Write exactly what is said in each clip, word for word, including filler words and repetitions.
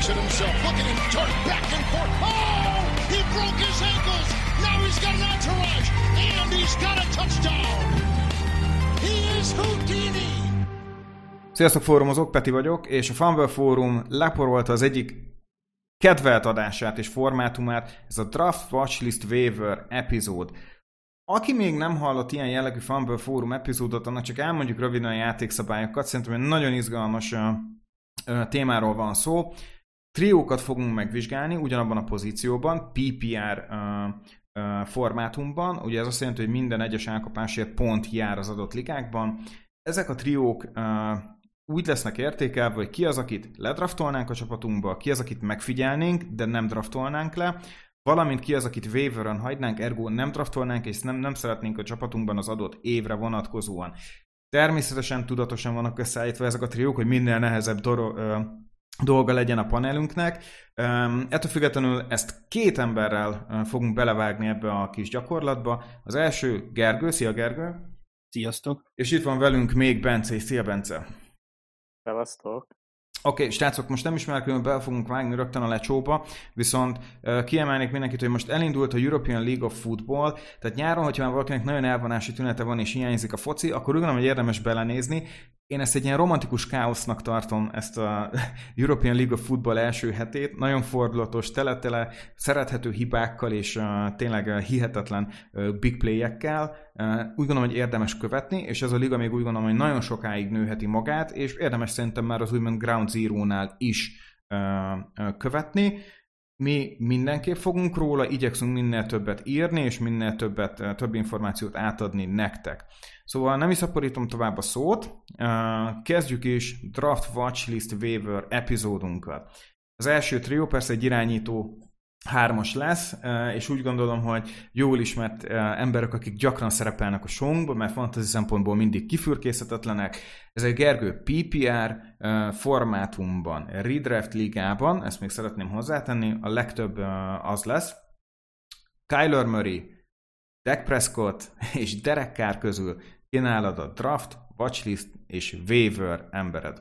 looks at himself, look at him turn back and forth. Oh, he broke his ankles. Now he's got an entourage, and he's got a touchdown. He is Houdini. Sziasztok, fórumozók, Peti vagyok, és a Fumble Forum leporolta az egyik kedvelt adását és formátumát, ez a Draft Watchlist Waiver epizód. Aki még nem hallott ilyen jellegű Fumble Forum epizódot, annak csak elmondjuk röviden a játékszabályokat. Szerintem egy nagyon izgalmas uh, uh, témáról van szó. Triókat fogunk megvizsgálni ugyanabban a pozícióban, pé pé er uh, uh, formátumban. Ugye ez azt jelenti, hogy minden egyes elkapásért pont jár az adott ligákban. Ezek a triók uh, úgy lesznek értékelve, hogy ki az, akit ledraftolnánk a csapatunkba, ki az, akit megfigyelnénk, de nem draftolnánk le, valamint ki az, akit waiveren hagynánk, ergo nem draftolnánk, és nem, nem szeretnénk a csapatunkban az adott évre vonatkozóan. Természetesen tudatosan vannak összeállítva ezek a triók, hogy minél nehezebb doro- ö, dolga legyen a panelünknek. Um, ettől függetlenül ezt két emberrel uh, fogunk belevágni ebbe a kis gyakorlatba. Az első Gergő. Szia, Gergő! Sziasztok! És itt van velünk még Bence. Szia, Bence! Szevasztok! Oké, okay, srácok, most nem ismerkedünk, bele fogunk vágni rögtön a lecsóba, viszont uh, kiemelnék mindenkit, hogy most elindult a European League of Football, tehát nyáron, hogyha már valakinek nagyon elvonási tünete van és hiányzik a foci, akkor úgy gondolom, hogy érdemes belenézni. Én ezt egy ilyen romantikus káosznak tartom, ezt a European League of Football első hetét. Nagyon fordulatos, tele-tele, szerethető hibákkal és uh, tényleg uh, hihetetlen uh, big play-ekkel. Uh, úgy gondolom, hogy érdemes követni, és ez a liga még úgy gondolom, hogy nagyon sokáig nőheti magát, és érdemes szerintem már az úgymond Ground Zero-nál is uh, uh, követni. Mi mindenképp fogunk róla, igyekszünk minél többet írni, és minél többet, uh, több információt átadni nektek. Szóval nem is szaporítom tovább a szót, uh, kezdjük is Draft Watchlist Waiver epizódunkat. Az első trió persze egy irányító hármas lesz, és úgy gondolom, hogy jól ismert emberek, akik gyakran szerepelnek a showunkban, mert fantasy szempontból mindig kifürkészhetetlenek. Ez egy Gergő pé pé er formátumban, redraft ligában, ezt még szeretném hozzátenni, a legtöbb az lesz. Kyler Murray, Dak Prescott és Derek Carr közül kínálod a draft, watchlist és waiver embered.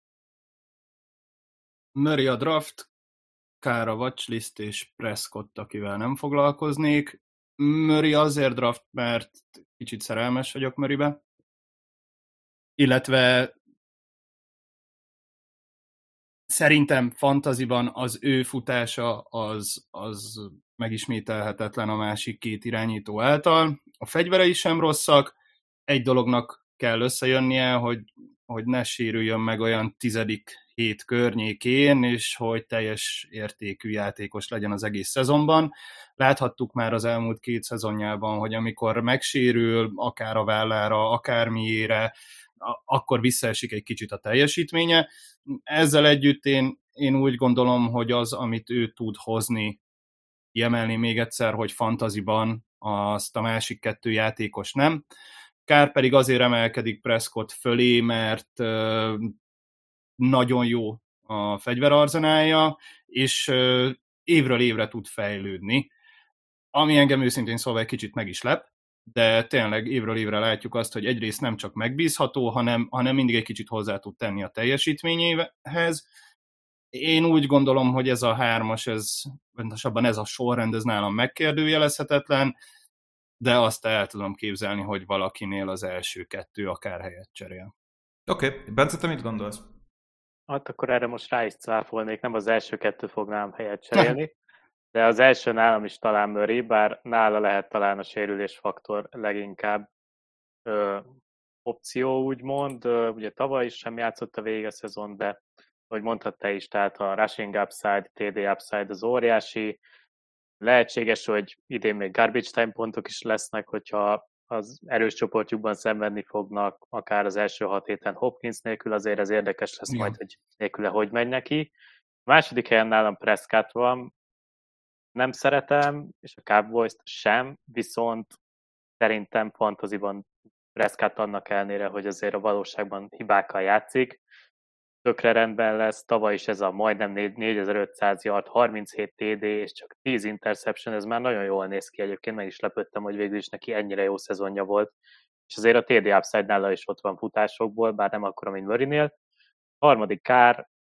Murray a draft, Carr a watchlist és Prescott, akivel nem foglalkoznék. Murray azért draft, mert kicsit szerelmes vagyok Murraybe. Illetve szerintem fantasyban az ő futása az, az megismételhetetlen a másik két irányító által. A fegyverei sem rosszak. Egy dolognak kell összejönnie, hogy, hogy ne sérüljön meg olyan tizedik hét környékén, és hogy teljes értékű játékos legyen az egész szezonban. Láthattuk már az elmúlt két szezonjában, hogy amikor megsérül, akár a vállára, akármiére, akkor visszaesik egy kicsit a teljesítménye. Ezzel együtt én, én úgy gondolom, hogy az, amit ő tud hozni, kiemelni még egyszer, hogy fantasyban azt a másik kettő játékos nem. Carr pedig azért emelkedik Prescott fölé, mert nagyon jó a fegyverarzenálja, és évről évre tud fejlődni. Ami engem őszintén szóval egy kicsit meg is lep, de tényleg évről évre látjuk azt, hogy egyrészt nem csak megbízható, hanem, hanem mindig egy kicsit hozzá tud tenni a teljesítményéhez. Én úgy gondolom, hogy ez a hármas, ez, pontosabban ez a sorrend, ez nálam megkérdőjelezhetetlen, de azt el tudom képzelni, hogy valakinél az első kettő akár helyet cserél. Oké, okay. Bence, te mit gondolsz? Hát akkor erre most rá is cáfolnék, nem az első kettő fognám helyet cserélni, de az első nálam is talán Murray, bár nála lehet talán a sérülésfaktor leginkább ö, opció, úgymond. Ö, ugye tavaly is sem játszott a végig a szezon, de ahogy mondtad te is, tehát a rushing upside, té dé upside az óriási. Lehetséges, hogy idén még garbage time pontok is lesznek, hogyha az erős csoportjukban szenvedni fognak, akár az első hat héten Hopkins nélkül, azért ez érdekes lesz ja. majd, hogy nélküle hogy megy neki. A második helyen nálam Prescott van, nem szeretem, és a Cowboys-t sem, viszont szerintem fantasyban Prescott annak ellenére, hogy azért a valóságban hibákkal játszik, tökre rendben lesz, tavaly is ez a majdnem négyezer-ötszáz yard, harminchét té dé és csak tíz interception, ez már nagyon jól néz ki egyébként, meg is lepődtem, hogy végül is neki ennyire jó szezonja volt, és azért a té dé upside nála is ott van futásokból, bár nem akkora, mint Murraynél. A harmadik Carr,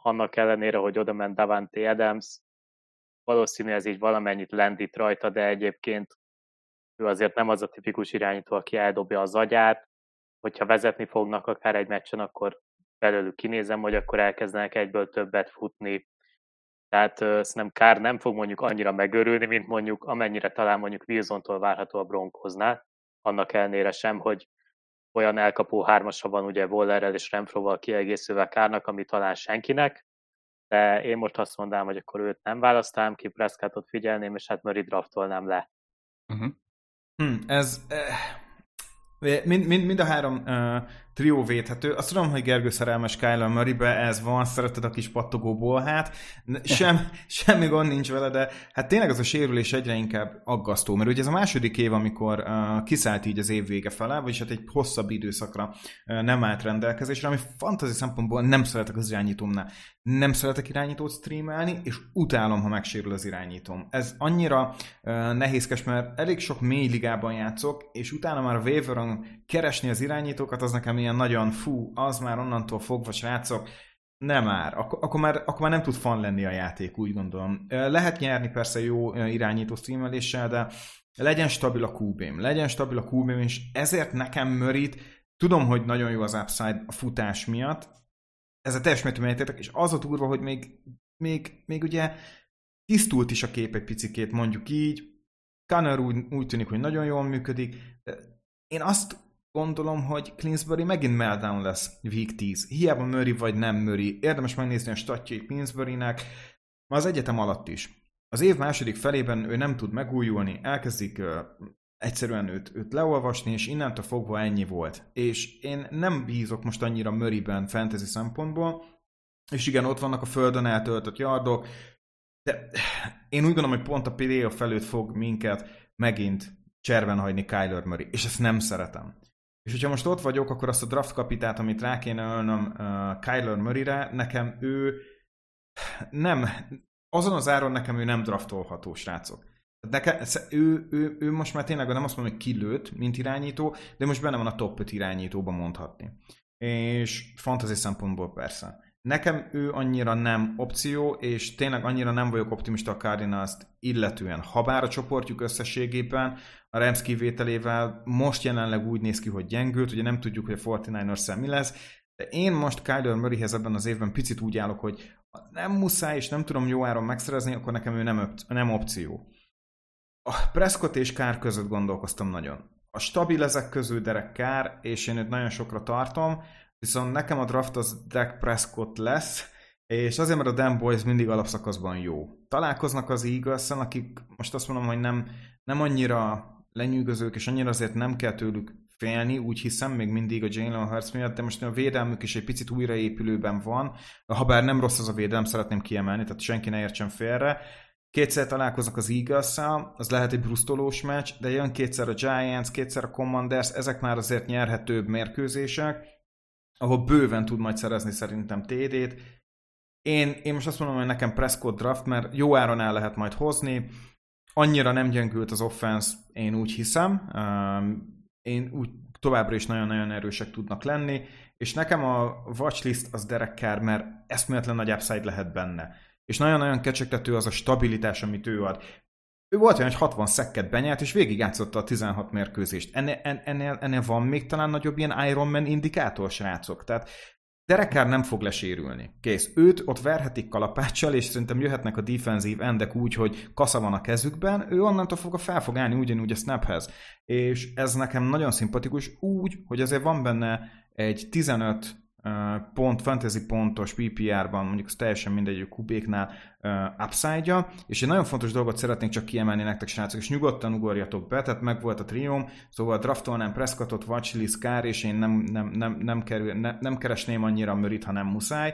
annak ellenére, hogy oda ment Davante Adams, valószínű ez így valamennyit lendít rajta, de egyébként ő azért nem az a tipikus irányító, aki eldobja az agyát, hogyha vezetni fognak akár egy meccsen, akkor belőlük kinézem, hogy akkor elkezdenek egyből többet futni. Tehát uh, szerintem Carr nem fog mondjuk annyira megörülni, mint mondjuk amennyire talán mondjuk Wilsontól várható a Broncosnál, annak ellenére sem, hogy olyan elkapó hármasa van ugye Wallerrel és Renfroval kiegészülve Carrnak, ami talán senkinek, de én most azt mondanám, hogy akkor őt nem választám ki, Prescottot figyelném, és hát Murray draftolnám le. Uh-huh. Hmm, ez... Eh, mind, mind, mind a három uh, trió védhető. Azt tudom, hogy Gergő szerelmes Kyler Murraybe, ez van, szereted a kis pattogó bolhát. Sem, semmi gond nincs vele, de hát tényleg az a sérülés egyre inkább aggasztó, mert ugye ez a második év, amikor uh, kiszállt így az év vége fele, vagyis hát egy hosszabb időszakra uh, nem állt rendelkezésre, ami fantasy szempontból nem szeretek az irányítómnál. Nem szeretek irányítót streamelni, és utálom, ha megsérül az irányítóm. Ez annyira uh, nehézkes, mert elég sok mély ligában játszok, és utána már a waiveron keresni az irányítókat, az nekem ilyen nagyon fú, az már onnantól fogva, srácok, nem már. Ak- akkor, már, akkor már nem tud fan lenni a játék, úgy gondolom. Lehet nyerni persze jó irányító streameléssel, de legyen stabil a kú bém, legyen stabil a kú bém, és ezért nekem Murrayt, tudom, hogy nagyon jó az upside a futás miatt, ezzel teljes mértékben egyetértek, és az a durva, hogy még, még, még ugye tisztult is a kép egy picikét, mondjuk így, Conner úgy, úgy tűnik, hogy nagyon jól működik, de én azt gondolom, hogy Clinsbury megint meltdown lesz week tíz. Hiába Murray vagy nem Murray. Érdemes megnézni a statjait Clinsburynek, ma az egyetem alatt is. Az év második felében ő nem tud megújulni, elkezdik uh, egyszerűen őt, őt leolvasni, és innentől fogva ennyi volt. És én nem bízok most annyira Murrayben fantasy szempontból, és igen, ott vannak a földön eltöltött yardok, de én úgy gondolom, hogy pont a playoff előtt fog minket megint cserben hagyni Kyler Murray, és ezt nem szeretem. És hogyha most ott vagyok, akkor azt a draft kapitát, amit rá kéne ölnöm uh, Kyler Murrayre, nekem ő nem, azon az áron nekem ő nem draftolható, srácok. Nekem, ő, ő, ő most már tényleg nem azt mondom, hogy kilőtt, mint irányító, de most benne van a top öt irányítóban mondhatni. És fantasy szempontból persze. Nekem ő annyira nem opció, és tényleg annyira nem vagyok optimista a Cardinals-t illetően. Habár a csoportjuk összességében a Rams kivételével most jelenleg úgy néz ki, hogy gyengült, ugye nem tudjuk, hogy a negyvenkilencesszel mi lesz, de én most Kyler Murrayhez ebben az évben picit úgy állok, hogy ha nem muszáj, és nem tudom jó áron megszerezni, akkor nekem ő nem, nem opció. A Prescott és Carr között gondolkoztam nagyon. A stabil ezek közül Derek Carr, és én őt nagyon sokra tartom, viszont nekem a draft az Dak Prescott lesz, és azért, mert a Dan Boys mindig alapszakaszban jó. Találkoznak az Eagles-en, akik most azt mondom, hogy nem, nem annyira lenyűgözők, és annyira azért nem kell tőlük félni, úgy hiszem, még mindig a Jalen Hurts miatt, de most a védelmük is egy picit újraépülőben van, habár nem rossz az a védelem, szeretném kiemelni, tehát senki ne értsen félre. Kétszer találkoznak az Eagles-szel, az lehet egy brusztolós meccs, de jön kétszer a Giants, kétszer a Commanders, ezek már azért nyerhetőbb mérkőzések, ahol bőven tud majd szerezni szerintem té dét. Én, én most azt mondom, hogy nekem Prescott draft, mert jó áron el lehet majd hozni, annyira nem gyengült az offense, én úgy hiszem, én úgy továbbra is nagyon-nagyon erősek tudnak lenni, és nekem a watchlist az Derek Carr, mert eszméletlen nagy upside lehet benne. És nagyon-nagyon kecsegtető az a stabilitás, amit ő ad. Ő volt olyan, hogy hatvan szekket benyelt, és végigjátszotta a tizenhat mérkőzést. Ennél, ennél, ennél van még talán nagyobb ilyen Iron Man indikátor, srácok. Tehát Derek Carr nem fog lesérülni. Kész. Őt ott verhetik kalapáccsal, és szerintem jöhetnek a defensív endek úgy, hogy kasza van a kezükben, ő onnantól fogva fel fog állni ugyanúgy a snaphez. És ez nekem nagyon szimpatikus, úgy, hogy azért van benne egy tizenöt pont, fantasy pontos pé pé er-ban, mondjuk az teljesen mindegy, a kubéknál uh, upside-ja, és egy nagyon fontos dolgot szeretnék csak kiemelni nektek, srácok, és nyugodtan ugorjatok be, tehát meg volt a trióm, szóval draftolnám Prescottot, watchlist, Carr, és én nem, nem, nem, nem, kerül, ne, nem keresném annyira Murrayt, ha nem muszáj.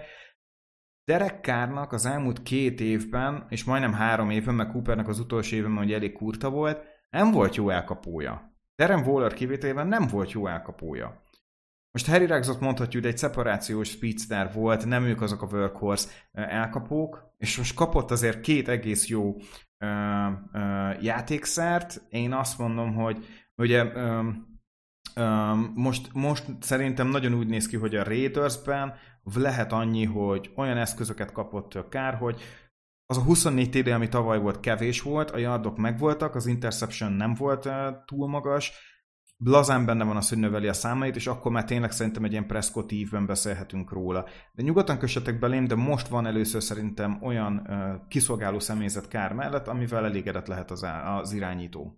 Derek Carrnak az elmúlt két évben, és majdnem három évben, meg Coopernek az utolsó évben, hogy elég kurta volt, nem volt jó elkapója. Darren Waller kivételében nem volt jó elkapója. Most Harry Ruggsot mondhatjuk, de egy szeparációs speedster volt, nem ők azok a workhorse elkapók, és most kapott azért két egész jó ö, ö, játékszert. Én azt mondom, hogy ugye ö, Most, most szerintem nagyon úgy néz ki, hogy a Raidersben lehet annyi, hogy olyan eszközöket kapott Kár, hogy az a huszonnégy té dé, ami tavaly volt, kevés volt, a yardok megvoltak, az interception nem volt túl magas, lazán benne van az, hogy növeli a számait, és akkor már tényleg szerintem egy ilyen Prescott ívben beszélhetünk róla. De nyugodtan kössetek belém, de most van először szerintem olyan uh, kiszolgáló személyzet Kár mellett, amivel elégedett lehet az, az irányító.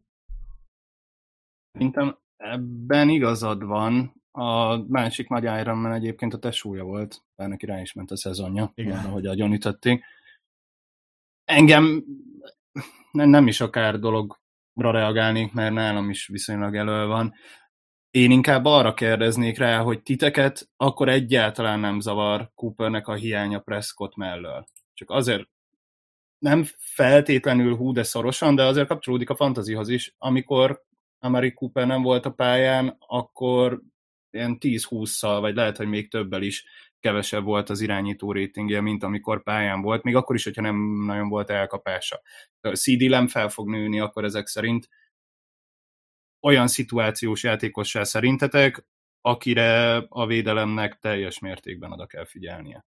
Szerintem ebben igazad van. A másik nagy Ironman egyébként a tesója volt, bár neki rá is ment a szezonja, igen, ahogy agyon ütötték. Engem nem, nem is akár dologra reagálnék, mert nálam is viszonylag elő van. Én inkább arra kérdeznék rá, hogy titeket akkor egyáltalán nem zavar Coopernek a hiánya Prescott mellől. Csak azért nem feltétlenül hú, de szorosan, de azért kapcsolódik a fantasyhoz is. Amikor Amari Cooper nem volt a pályán, akkor ilyen tíz-hússzal, vagy lehet, hogy még többel is kevesebb volt az irányító ratingje, mint amikor pályán volt, még akkor is, hogyha nem nagyon volt elkapása. A cé dé Lamb fel fog nőni, akkor ezek szerint olyan szituációs játékossá szerintetek, akire a védelemnek teljes mértékben oda kell figyelnie.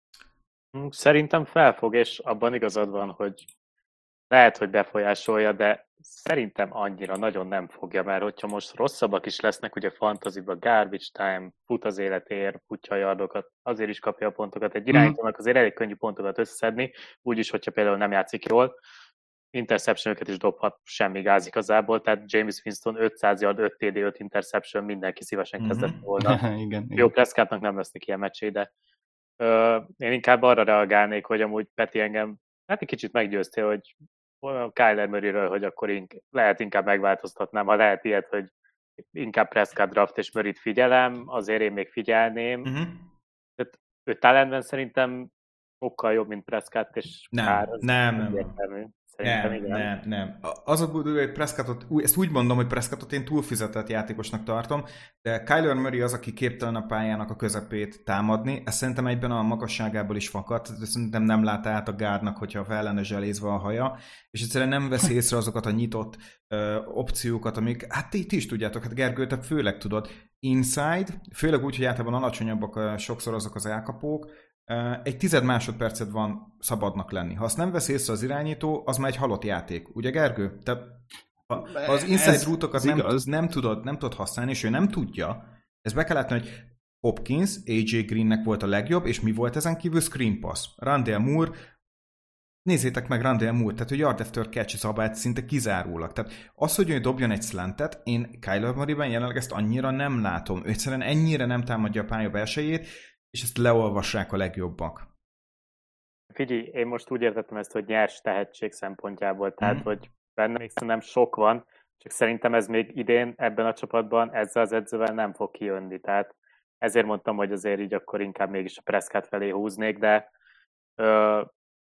Szerintem felfog, és abban igazad van, hogy lehet, hogy befolyásolja, de szerintem annyira nagyon nem fogja, mert hogyha most rosszabbak is lesznek, ugye fantasyba, garbage time, fut az életér, futja a yardokat, azért is kapja a pontokat. Egy irányítónak azért elég könnyű pontokat összeszedni, úgyis, hogyha például nem játszik jól, interception-öket is dobhat, semmi gáz igazából, tehát James Winston ötszáz yard, öt té dé, öt interception, mindenki szívesen kezdett mm-hmm. volna. igen, Jó, igen. Prescottnak nem lesznek ilyen meccsé, de uh, én inkább arra reagálnék, hogy amúgy Peti engem hát egy kicsit meggyőztél, hogy Kyler Murrayről, hogy akkor ink- lehet inkább megváltoztatnám, ha lehet ilyet, hogy inkább Prescott draft és Murrayt figyelem, azért én még figyelném. Uh-huh. Tehát ő talentben szerintem sokkal jobb, mint Prescott, és nem, Kár, nem, nem. Nem, igen. nem, nem. Az a búdó, hogy Prescottot, ezt úgy mondom, hogy Prescottot én túlfizetett játékosnak tartom, de Kyler Murray az, aki képtelen a pályának a közepét támadni, ez szerintem egyben a magasságából is fakad, szerintem nem lát át a gárdnak, hogyha fel lenne zselézve a haja, és egyszerűen nem veszi észre azokat a nyitott ö, opciókat, amik, hát ti, ti is tudjátok, hát Gergő, te főleg tudod, inside, főleg úgy, hogy általában alacsonyabbak sokszor azok az elkapók, egy tized másodpercet van szabadnak lenni. Ha azt nem vesz észre az irányító, az már egy halott játék. Ugye, Gergő? Tehát az inside rútokat nem, nem, tudod, nem tudod használni, és ő nem tudja. Ez be kell látni, hogy Hopkins, á jé Greennek volt a legjobb, és mi volt ezen kívül? Screen pass. Rondale Moore, nézzétek meg Rondale Moore, tehát hogy yard after catch szabályt szinte kizárólag. Tehát az, hogy ő dobjon egy slantet, én Kyler Murrayben jelenleg ezt annyira nem látom. Ő egyszerűen ennyire nem támadja a pálya belsejét, és ezt leolvassák a legjobbak. Figyelj, én most úgy értettem ezt, hogy nyers tehetség szempontjából, tehát, mm. hogy benne még szerintem sok van, csak szerintem ez még idén ebben a csapatban ezzel az edzővel nem fog kijönni, tehát ezért mondtam, hogy azért így akkor inkább mégis a Prescott felé húznék, de ö,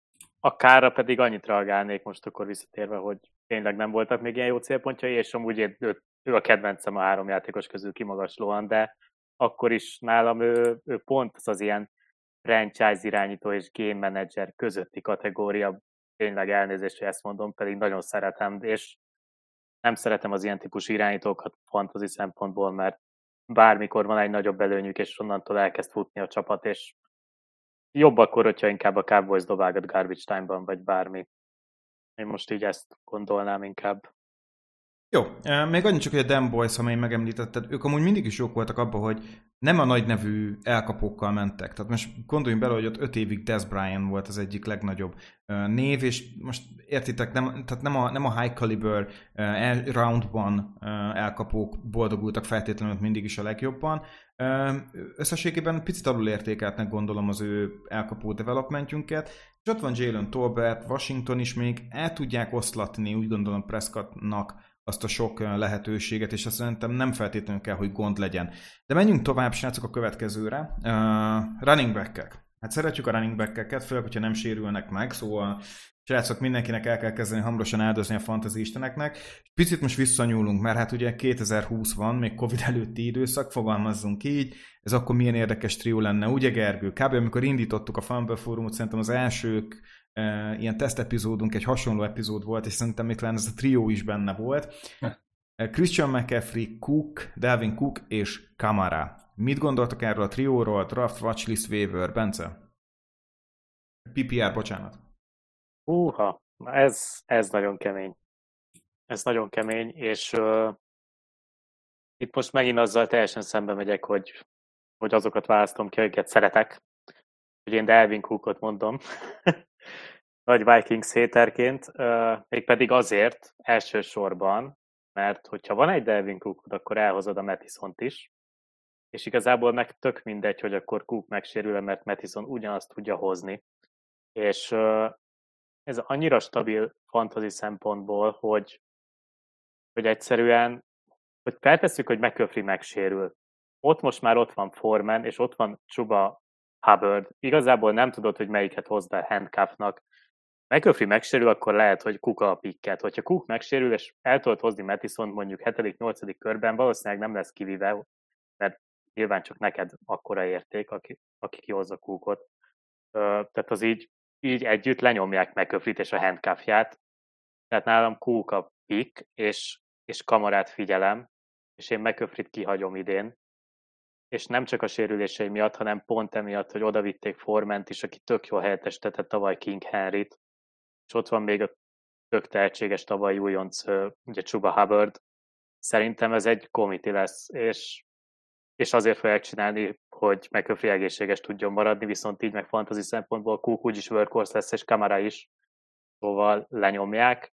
a Kárra pedig annyit reagálnék most akkor visszatérve, hogy tényleg nem voltak még ilyen jó célpontjai, és amúgy ő, ő a kedvencem a három játékos közül kimagaslóan, de akkor is nálam ő, ő pont az az ilyen franchise irányító és game manager közötti kategória, tényleg elnézést, hogy ezt mondom, pedig nagyon szeretem, és nem szeretem az ilyen típusú irányítókat fantasy szempontból, mert bármikor van egy nagyobb előnyük, és onnantól elkezd futni a csapat, és jobb akkor, hogyha inkább a Cowboys dobálgat garbage time-ban, vagy bármi. Én most így ezt gondolnám inkább. Jó, még annyit csak, hogy a Dan Boys, amely megemlítetted, ők amúgy mindig is jók voltak abban, hogy nem a nagy nevű elkapókkal mentek. Tehát most gondoljunk bele, hogy ott öt évig Dez Bryant volt az egyik legnagyobb név, és most értitek, nem, tehát nem a, nem a high caliber round one elkapók boldogultak feltétlenül mindig is a legjobban. Összességében picit alul értékeltnek gondolom az ő elkapó developmentjünket, és ott van Jalen Tolbert, Washington is még el tudják oszlatni, úgy gondolom Prescottnak azt a sok lehetőséget, és azt szerintem nem feltétlenül kell, hogy gond legyen. De menjünk tovább, srácok, a következőre. Uh, running back-ek. Hát szeretjük a running back-eket, főleg, hogyha nem sérülnek meg, szóval srácok, mindenkinek el kell kezdeni hamarosan áldozni a fantasy isteneknek. Picit most visszanyúlunk, mert hát ugye kétezer-húsz van, még Covid előtti időszak, fogalmazzunk így, ez akkor milyen érdekes trió lenne, ugye Gergő? Kb. Amikor indítottuk a Fumble Fórumot, szerintem az elsők uh, ilyen tesztepizódunk, egy hasonló epizód volt, és szerintem még talán ez a trió is benne volt. Christian McCaffrey, Cook, Dalvin Cook és Kamara. Mit gondoltak erről a trióról? Draft, watchlist, waiver, Bence? pé pé er, bocsánat. Húha, ez, ez nagyon kemény. Ez nagyon kemény, és uh, itt most megint azzal teljesen szembe megyek, hogy, hogy azokat választom ki, akiket szeretek. Hogy én Dalvin Cookot mondom. Nagy Vikings héterként. Uh, mégpedig azért elsősorban, mert hogyha van egy Dalvin Cookod, akkor elhozod a Mattisont is, és igazából meg tök mindegy, hogy akkor Cook megsérül, mert Mattison ugyanazt tudja hozni. És uh, ez annyira stabil fantasy szempontból, hogy, hogy egyszerűen, hogy feltesszük, hogy McCaffrey megsérül. Ott most már ott van Foreman, és ott van Chuba Hubbard. Igazából nem tudod, hogy melyiket hozd be handcuffnak. McCaffrey megsérül, akkor lehet, hogy Cook a picket. Hogyha Cook megsérül, és el tudod hozni Mattisont mondjuk hetedik-nyolcadik körben, valószínűleg nem lesz kivive, mert nyilván csak neked akkora érték, aki, aki kihozza Cookot. Tehát az így, így együtt lenyomják McCaffreyt és a handcuffját. Tehát nálam Cook a pick, és, és Kamarát figyelem, és én McCaffreyt kihagyom idén. És nem csak a sérülései miatt, hanem pont emiatt, hogy odavitték Forment is, aki tök jól helyettesítette tavaly King Henryt, és ott van még a tök tehetséges tavalyi újonc, ugye Chuba Hubbard. Szerintem ez egy komiti lesz, és, és azért fogják csinálni, hogy McCaffrey egészséges tudjon maradni, viszont így meg fantasy szempontból Cook úgyis workhorse lesz, és Kamara is, szóval lenyomják.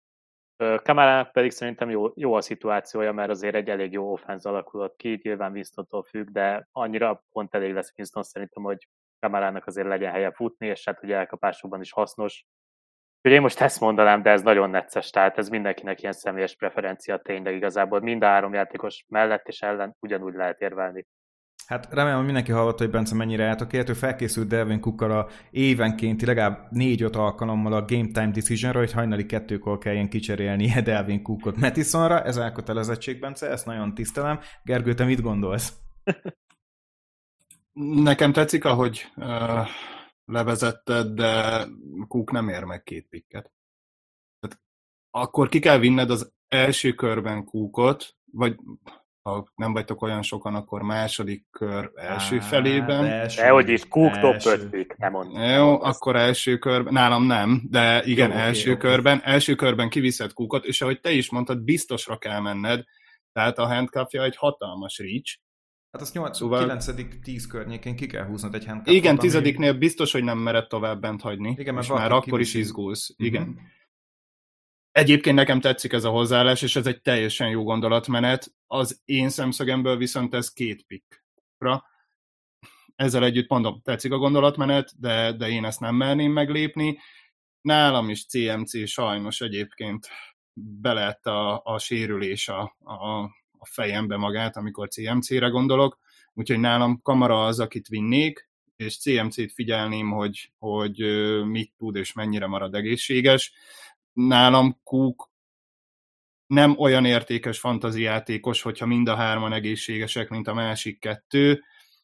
Kamarának pedig szerintem jó, jó a szituációja, mert azért egy elég jó offense alakulott ki, nyilván Winstontól függ, de annyira pont elég lesz Winston szerintem, hogy Kamarának azért legyen helye futni, és hát ugye elkapásokban is hasznos. Úgyhogy én most ezt mondanám, de ez nagyon necces, tehát ez mindenkinek ilyen személyes preferencia tényleg igazából. Mind a három játékos mellett és ellen ugyanúgy lehet érvelni. Hát remélem, hogy mindenki hallotta, hogy Bence mennyire eltökélt. Ő felkészült Dalvin Cookkal a évenkénti legalább négy-öt alkalommal a Game Time Decisionra, hogy hajnali kettőkor kelljen kicserélnie Dalvin Cookot Mattisonra. Ez elkötelezettség, Bence, ezt nagyon tisztelem. Gergő, te mit gondolsz? Nekem tetszik, ahogy uh, levezetted, de Cook nem ér meg két pikket. Tehát akkor ki kell vinned az első körben Cookot, vagy ha nem vagytok olyan sokan, akkor második kör első Á, felében. Első, Dehogy is, Cook top öt pick, nem mondom. Jó, akkor első körben, nálam nem, de igen, jó, első okay, körben, okay. első körben kiviszed Cookot, és ahogy te is mondtad, biztosra kell menned, tehát a handcuffja egy hatalmas reach. Hát azt nyolc, szóval... kilencedik tíz környékén ki kell húznod egy handcuffot. Igen, tizediknél ami... biztos, hogy nem mered tovább bent hagyni, igen, és már akkor is izgulsz. Uh-huh. Igen. Egyébként nekem tetszik ez a hozzáállás, és ez egy teljesen jó gondolatmenet. Az én szemszögemből viszont ez két pickra. Ezzel együtt mondom, tetszik a gondolatmenet, de, de én ezt nem merném meglépni. Nálam is cé em cé sajnos egyébként belett a, a sérülés a, a, a fejembe magát, amikor cé em cére gondolok. Úgyhogy nálam Kamara az, akit vinnék, és cé em cét figyelném, hogy, hogy mit tud és mennyire marad egészséges. Nálam Cook nem olyan értékes fantasy játékos, hogyha mind a hárman egészségesek, mint a másik kettő,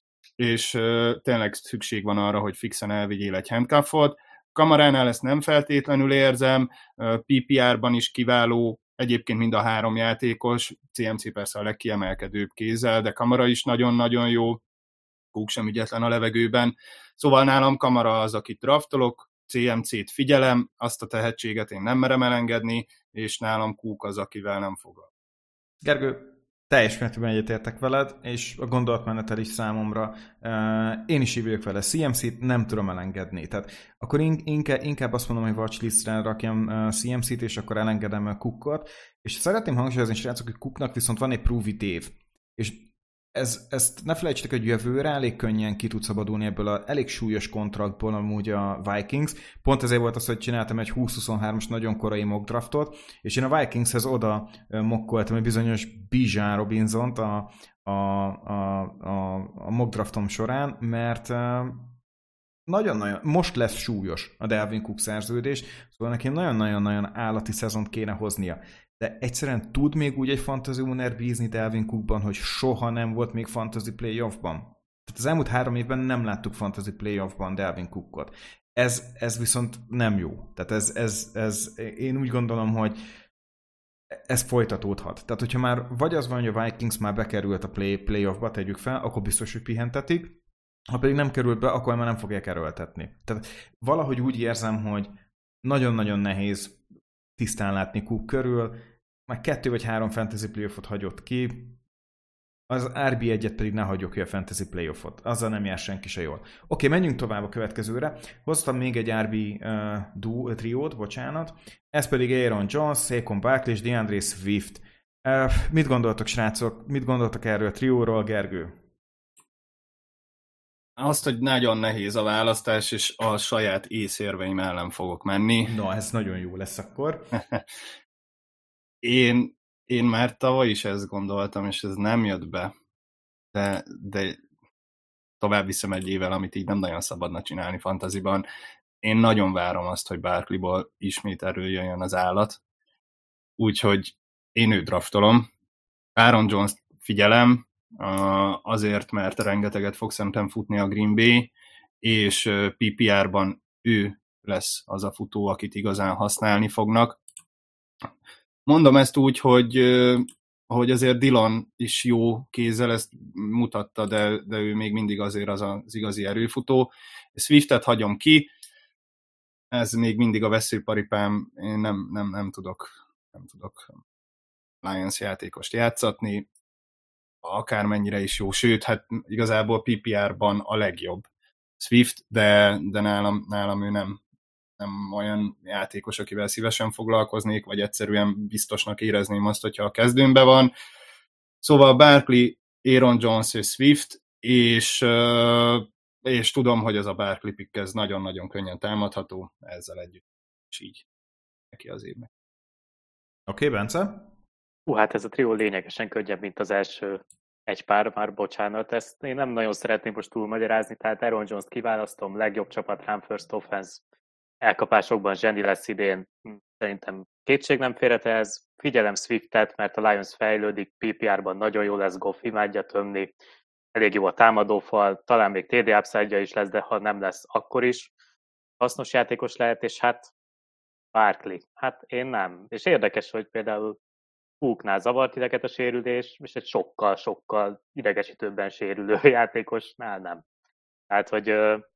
és uh, tényleg szükség van arra, hogy fixen elvigyél egy handcuffot. Kamaránál ezt nem feltétlenül érzem, uh, pé pé er-ban is kiváló, egyébként mind a három játékos, cé em cé persze a legkiemelkedőbb kézzel, de Kamara is nagyon-nagyon jó, Cook sem ügyetlen a levegőben. Szóval nálam Kamara az, akit draftolok, cé em cét figyelem, azt a tehetséget én nem merem elengedni, és nálam Cook az, akivel nem foglal. Gergő, teljes mértékben egyetértek veled, és a gondolatmenetel is számomra. Én is így vagyok vele, cé em cét nem tudom elengedni. Tehát akkor inkább, inkább azt mondom, hogy watchlistre rakjam cé em cét, és akkor elengedem a Cookot. És szeretném hangsúlyozni, srácok, hogy Cooknak viszont van egy prove it év. És Ez, ezt ne felejtsétek, hogy jövőre elég könnyen ki tud szabadulni ebből az elég súlyos kontraktból amúgy a Vikings. Pont ezért volt az, hogy csináltam egy húsz-huszonhármas nagyon korai mock draftot, és én a Vikingshez oda mokkoltam egy bizonyos Bijan Robinsont a, a, a, a, a mock draftom során, mert nagyon-nagyon, most lesz súlyos a Dalvin Cook szerződés, szóval neki nagyon-nagyon-nagyon állati szezont kéne hoznia. De egyszerűen tud még úgy egy fantasy owner bízni Dalvin Cookban, hogy soha nem volt még fantasy playoffban. Tehát az elmúlt három évben nem láttuk fantasy playoffban Dalvin Cookot. Ez, ez viszont nem jó. Tehát ez, ez, ez, én úgy gondolom, hogy ez folytatódhat. Tehát, hogyha már vagy az van, hogy a Vikings már bekerült a play, playoffba, tegyük fel, akkor biztos, hogy pihentetik, ha pedig nem került be, akkor már nem fogják erőltetni. Tehát valahogy úgy érzem, hogy nagyon-nagyon nehéz tisztán látni Cook körül, már kettő vagy három fantasy playoffot hagyott ki, az er bé egyet pedig ne hagyjuk ki a fantasy playoffot. Azzal nem jár senki se jól. Oké, menjünk tovább a következőre. Hoztam még egy er bé uh, duo, triót, bocsánat. Ez pedig Aaron Jones, Saquon Barkley és DeAndre Swift. Uh, mit gondoltok, srácok? Mit gondoltok erről a trióról, Gergő? Azt, hogy nagyon nehéz a választás, és a saját észérveim ellen fogok menni. Na, ez nagyon jó lesz akkor. én, én már tavaly is ezt gondoltam, és ez nem jött be. De, de tovább viszem egy évvel, amit így nem nagyon szabadna csinálni fantaziban. Én nagyon várom azt, hogy Barkleyból ismét erőjöjjön az állat. Úgyhogy én őt draftolom. Aaron Jones-t figyelem, azért, mert rengeteget fog szerintem futni a Green Bay, és pé pé er-ban ő lesz az a futó, akit igazán használni fognak. Mondom ezt úgy, hogy, hogy azért Dillon is jó kézzel, ezt mutatta, de, de ő még mindig azért az az igazi erőfutó. Swiftet hagyom ki, ez még mindig a veszőparipám, én nem, nem, nem tudok, nem tudok Lions játékost játszatni, akármennyire is jó, sőt, hát igazából pé pé er-ban a legjobb Swift, de, de nálam, nálam ő nem, nem olyan játékos, akivel szívesen foglalkoznék, vagy egyszerűen biztosnak érezném azt, hogyha a kezdőmben van. Szóval Barkley, Aaron Jones és Swift, és, és tudom, hogy ez a Barkley pick ez nagyon-nagyon könnyen támadható, ezzel együtt, és így neki az évnek. Oké, okay, Bence? Hú, hát ez a trió lényegesen könnyebb, mint az első egy pár, már bocsánat. Ezt én nem nagyon szeretném most túlmagyarázni, tehát Aaron Jones-t kiválasztom, legjobb csapat, rám first offense, elkapásokban zseni lesz idén, szerintem kétség nem férhet ehhez. Figyelem Swiftet, mert a Lions fejlődik, pé pé er-ban nagyon jó lesz, Goff imádja tömni, elég jó a támadófal, talán még té dé upside-ja is lesz, de ha nem lesz, akkor is hasznos játékos lehet, és hát Barkley, hát én nem. És érdekes, hogy például Cooknál zavart ideket a sérülés, és egy sokkal-sokkal idegesítőbben sérülő játékosnál nem. Tehát, hogy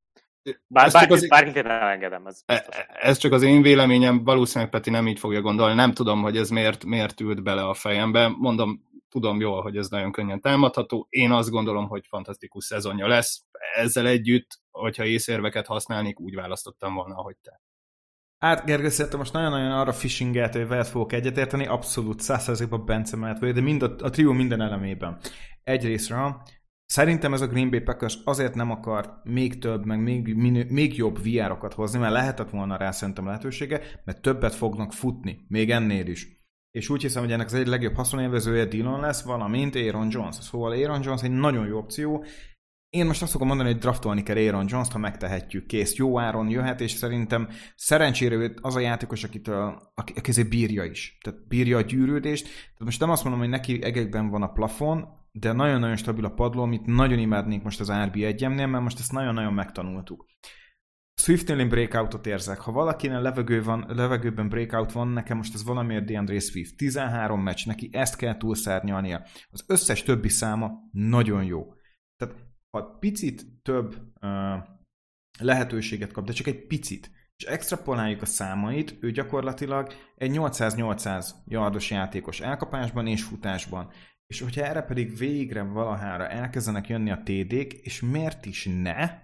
bár, bárkit, az... bárkit én elengedem. Ez, ez csak az én véleményem, valószínűleg Peti nem így fogja gondolni, nem tudom, hogy ez miért, miért ült bele a fejembe. Mondom, tudom jól, hogy ez nagyon könnyen támadható. Én azt gondolom, hogy fantasztikus szezonja lesz. Ezzel együtt, hogyha észérveket használnék, úgy választottam volna, ahogy te. Hát Gergő, szerintem most nagyon-nagyon arra phishingelt, hogy veled fogok egyetérteni, abszolút száz százalékban Bence mellett vagy, de mind a, a trió minden elemében. Egyrésztről szerintem ez a Green Bay Packers azért nem akar még több, meg még, minő, még jobb vé er-okat hozni, mert lehetett volna rá szerintem lehetősége, mert többet fognak futni, még ennél is. És úgy hiszem, hogy ennek az egy legjobb haszonélvezője Dillon lesz, valamint Aaron Jones. Szóval Aaron Jones egy nagyon jó opció. Én most azt fogom mondani, hogy draftolni kell Aaron Jones-t, ha megtehetjük, kész. Jó áron jöhet, és szerintem szerencsére az a játékos, akitől a kezé bírja is. Tehát bírja a gyűrődést. Tehát most nem azt mondom, hogy neki egekben van a plafon, de nagyon-nagyon stabil a padló, amit nagyon imádnék most az er bé egyemnél, mert most ezt nagyon-nagyon megtanultuk. Swiftnél én breakoutot érzek. Ha valakinél levegő van, levegőben breakout van, nekem most ez valamiért DeAndre Swift. tizenhárom meccs, neki ezt kell túlszárnyalnia. Az összes többi száma nagyon jó. Tehát ha picit több uh, lehetőséget kap, de csak egy picit, és extrapoláljuk a számait, ő gyakorlatilag egy nyolcszáz-nyolcszáz yardos játékos elkapásban és futásban. És hogyha erre pedig végre valahára elkezdenek jönni a té dék, és miért is ne?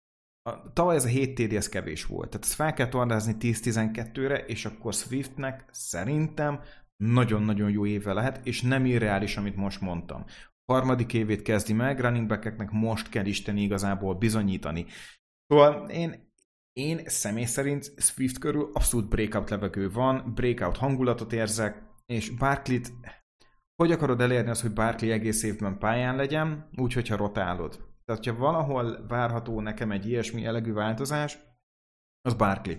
A, tavaly ez a hét té dé ez kevés volt. Tehát ezt fel kell tornázni tíz-tizenkettőre, és akkor Swiftnek szerintem nagyon-nagyon jó éve lehet, és nem irreális, amit most mondtam. Harmadik évét kezdi meg, running back-eknek most kell isteni igazából bizonyítani. Szóval én, én személy szerint Swift körül abszolút breakout levegő van, breakout hangulatot érzek, és Barkley-t, hogy akarod elérni az, hogy Barkley egész évben pályán legyen, úgy, hogyha rotálod. Tehát, ha valahol várható nekem egy ilyesmi jellegű változás, az Barkley.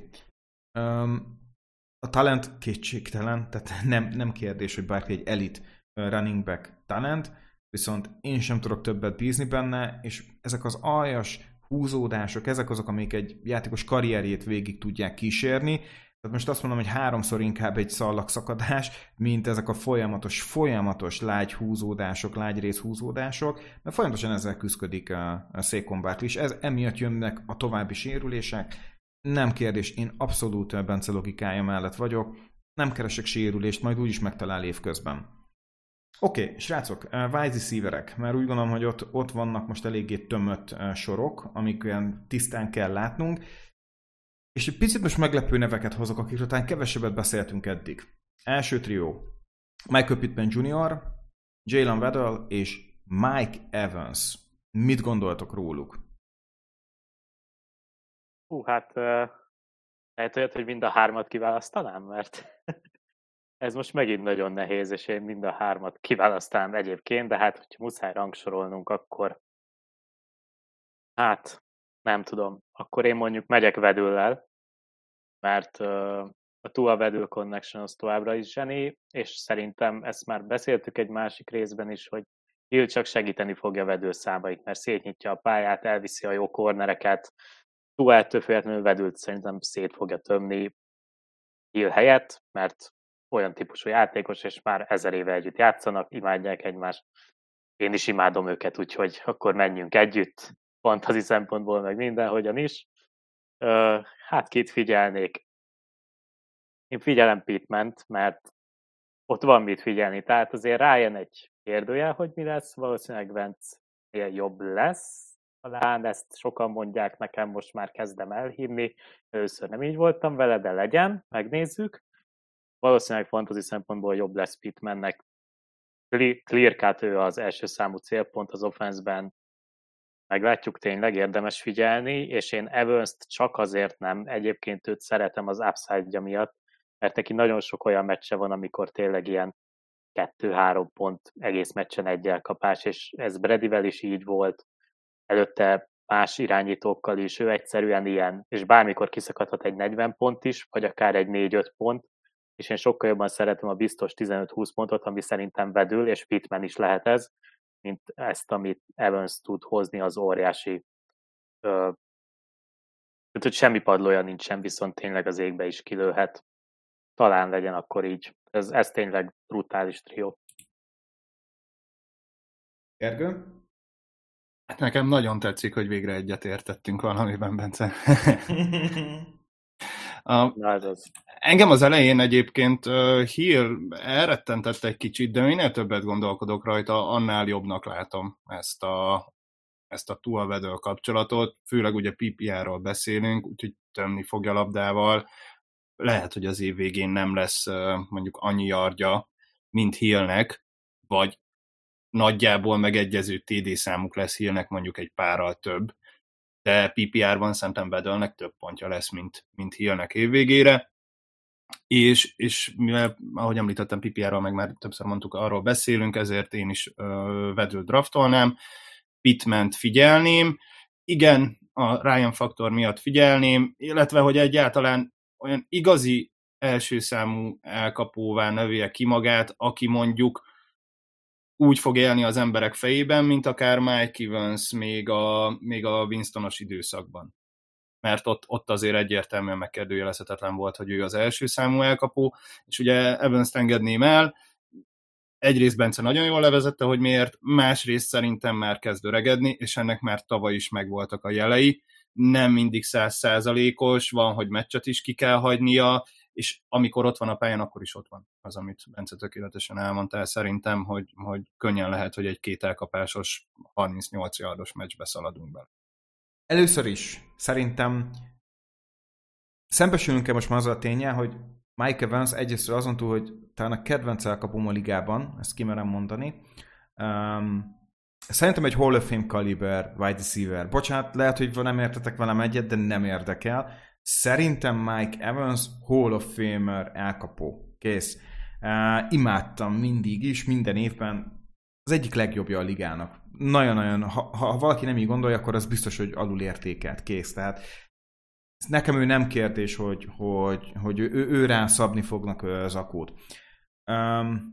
Um, a talent kétségtelen, tehát nem, nem kérdés, hogy Barkley egy elite running back talent, viszont én sem tudok többet bízni benne, és ezek az aljas húzódások, ezek azok, amik egy játékos karrierjét végig tudják kísérni. Tehát most azt mondom, hogy háromszor inkább egy szallagszakadás, mint ezek a folyamatos, folyamatos lágy húzódások, lágy részhúzódások, mert folyamatosan ezzel küszködik a, a Saquon Barkley is. Ez emiatt jönnek a további sérülések. Nem kérdés, én abszolút Bence logikája mellett vagyok. Nem keresek sérülést, majd úgyis megtalál évközben. Oké, okay, srácok, wide receiverek, mert úgy gondolom, hogy ott, ott vannak most eléggé tömött sorok, amiken tisztán kell látnunk. És egy picit most meglepő neveket hozok, akikről talán kevesebbet beszéltünk eddig. Első trió. Michael Pittman junior, Jalen Waddle és Mike Evans. Mit gondoltok róluk? Hú, hát uh, lehet olyat, hogy mind a hármat kiválasztanám, mert ez most megint nagyon nehéz, és én mind a hármat kiválasztanám egyébként, de hát, hogyha muszáj rangsorolnunk, akkor hát nem tudom. Akkor én mondjuk megyek Waddle-lel, mert uh, a Tua Waddle connection az továbbra is zseni, és szerintem ezt már beszéltük egy másik részben is, hogy Hill csak segíteni fogja Waddle számait, mert szétnyitja a pályát, elviszi a jó kornereket, Tua ettől függetlenül Waddle-t szerintem szét fogja tömni Hill helyett, mert olyan típusú játékos, és már ezer éve együtt játszanak, imádják egymást. Én is imádom őket, úgyhogy akkor menjünk együtt, fantasy szempontból, meg mindenhogyan is. Uh, hát kit figyelnék? Én figyelem Pittmant, mert ott van mit figyelni. Tehát azért rájön egy kérdőjel, hogy mi lesz, valószínűleg Wentz-nél jobb lesz. Talán ezt sokan mondják, nekem most már kezdem elhívni. Először nem így voltam vele, de legyen, megnézzük. Valószínűleg fantasy szempontból jobb lesz Pittmannek. Clear cut ő az első számú célpont az offenszben. Meglátjuk, tényleg érdemes figyelni, és én Evans-t csak azért nem, egyébként őt szeretem az upside-ja miatt, mert neki nagyon sok olyan meccse van, amikor tényleg ilyen kettő-három pont egész meccsen egy elkapás, és ez Bradyvel is így volt, előtte más irányítókkal is, ő egyszerűen ilyen, és bármikor kiszakadhat egy negyven pont is, vagy akár egy négy-öt pont, és én sokkal jobban szeretem a biztos tizenöt-húsz pontot, ami szerintem Waddle, és Pittman is lehet ez, mint ezt, amit Evans tud hozni, az óriási. Ö, tehát, hogy semmi padlója nincsen, viszont tényleg az égbe is kilőhet. Talán legyen akkor így. Ez, ez tényleg brutális trió. Gergő? Hát nekem nagyon tetszik, hogy végre egyetértettünk valamiben, Bence. A, Na, ez az. Engem az elején egyébként uh, Hill elrettentett egy kicsit, de minél többet gondolkodok rajta, annál jobbnak látom ezt a, ezt a Tua Waddle kapcsolatot, főleg ugye pé pé er-ról beszélünk, úgyhogy tömni fogja labdával. Lehet, hogy az év végén nem lesz uh, mondjuk annyi yardja, mint Hillnek, vagy nagyjából megegyező té dé számuk lesz Hillnek mondjuk egy párral több, de pé pé er-ban szerintem Waddle-nek több pontja lesz, mint, mint Hillnek évvégére. És, és mivel, ahogy említettem, pé pé er-ről meg már többször mondtuk, arról beszélünk, ezért én is uh, Waddle draftolnám, Pittmant figyelném, igen, a Ryan faktor miatt figyelném, illetve, hogy egyáltalán olyan igazi első számú elkapóvá növélje ki magát, aki mondjuk úgy fog élni az emberek fejében, mint akár Mike Evans még a, még a Winstonos időszakban. Mert ott, ott azért egyértelműen megkérdőjelezhetetlen volt, hogy ő az első számú elkapó, és ugye Evans-t engedném el, egyrészt Bence nagyon jól levezette, hogy miért, másrészt szerintem már kezd öregedni, és ennek már tavaly is megvoltak a jelei, nem mindig száz százalékos, van, hogy meccset is ki kell hagynia, és amikor ott van a pályán, akkor is ott van az, amit Bence tökéletesen elmondtál, szerintem, hogy, hogy könnyen lehet, hogy egy két elkapásos, harmincnyolc yardos meccsbe szaladunk bele. Először is szerintem szembesülünk-e most már azzal a tényel, hogy Mike Evans egyrészt azon túl, hogy talán a kedvenc elkapom a ligában, ezt kimerem mondani, um, szerintem egy Hall of Fame caliber wide receiver. Bocsánat, lehet, hogy nem értetek velem egyet, de nem érdekel. Szerintem Mike Evans Hall of Famer elkapó. Kész. Uh, imádtam mindig is, minden évben. Az egyik legjobbja a ligának. Nagyon-nagyon, ha, ha valaki nem így gondolja, akkor az biztos, hogy alulértékelt. Kész. Tehát nekem ő nem kérdés, hogy, hogy, hogy ő, ő rá szabni fognak az akót. Um,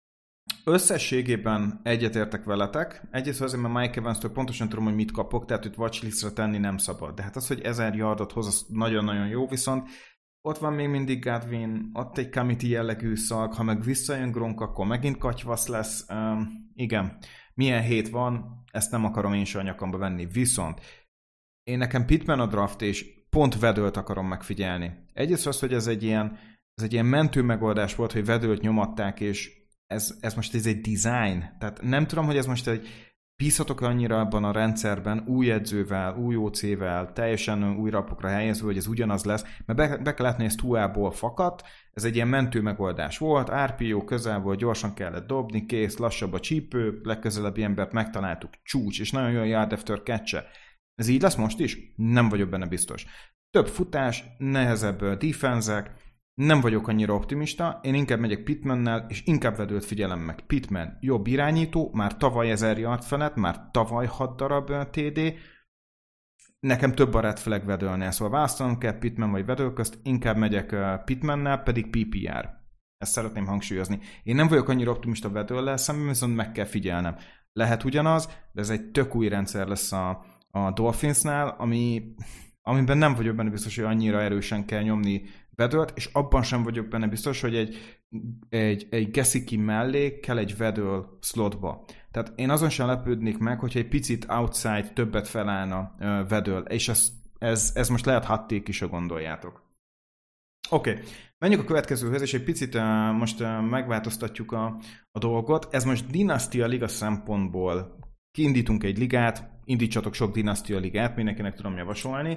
Összességében egyetértek veletek. Egyrészt azért, mert Mike Evans-től pontosan tudom, hogy mit kapok, tehát őt watchlistre tenni nem szabad. De hát az, hogy ezer yardot hoz, az nagyon-nagyon jó, viszont ott van még mindig Godwin, ott egy Committee jellegű szag, ha meg visszajön Gronk, akkor megint katyvasz lesz. Um, igen, milyen hét van, ezt nem akarom én se a nyakamba venni. Viszont én nekem Pittman a draft, és pont Vedölt akarom megfigyelni. Egyrészt az, hogy ez egy ilyen, ez egy ilyen mentő megoldás volt, hogy Vedölt nyomatták, és ez, ez most ez egy design. Tehát nem tudom, hogy ez most egy bízhatok annyira abban a rendszerben, új edzővel, új ó cével, teljesen új rapokra helyezve, hogy ez ugyanaz lesz, mert be, be kell látni, hogy ez Tuából fakadt, ez egy ilyen mentő megoldás volt, er pé o közel volt, gyorsan kellett dobni, kész, lassabb a csípő, legközelebbi embert megtaláltuk, csúcs, és nagyon jó a yard after catch-e. Ez így lesz most is? Nem vagyok benne biztos. Több futás, nehezebb defense-ek, nem vagyok annyira optimista, én inkább megyek Pittmannel, és inkább Vedőlt figyelem meg. Pittman jobb irányító, már tavaly ezer yard felett, már tavaly hat darab té dé, nekem több a red flag Vedőlnél, szóval választanom kell Pittman vagy Vedöl közt, inkább megyek Pittmannel, pedig pé pé er. Ezt szeretném hangsúlyozni. Én nem vagyok annyira optimista Vedőllel szemben, viszont meg kell figyelnem. Lehet ugyanaz, de ez egy tök új rendszer lesz a, a Dolphinsnál, ami, amiben nem vagyok benne biztos, hogy annyira erősen kell nyomni Vedölt, és abban sem vagyok benne biztos, hogy egy, egy, egy Gesicki mellé kell egy Vedöl slotba. Tehát én azon sem lepődnék meg, hogyha egy picit outside többet felállna uh, Vedöl, és ez, ez, ez most lehet hatték is, ha gondoljátok. Oké, okay. Menjünk a következőhöz, és egy picit uh, most uh, megváltoztatjuk a, a dolgot. Ez most dinasztia liga szempontból. Kiindítunk egy ligát, indítsatok sok dinasztia ligát, mindenkinek tudom javasolni.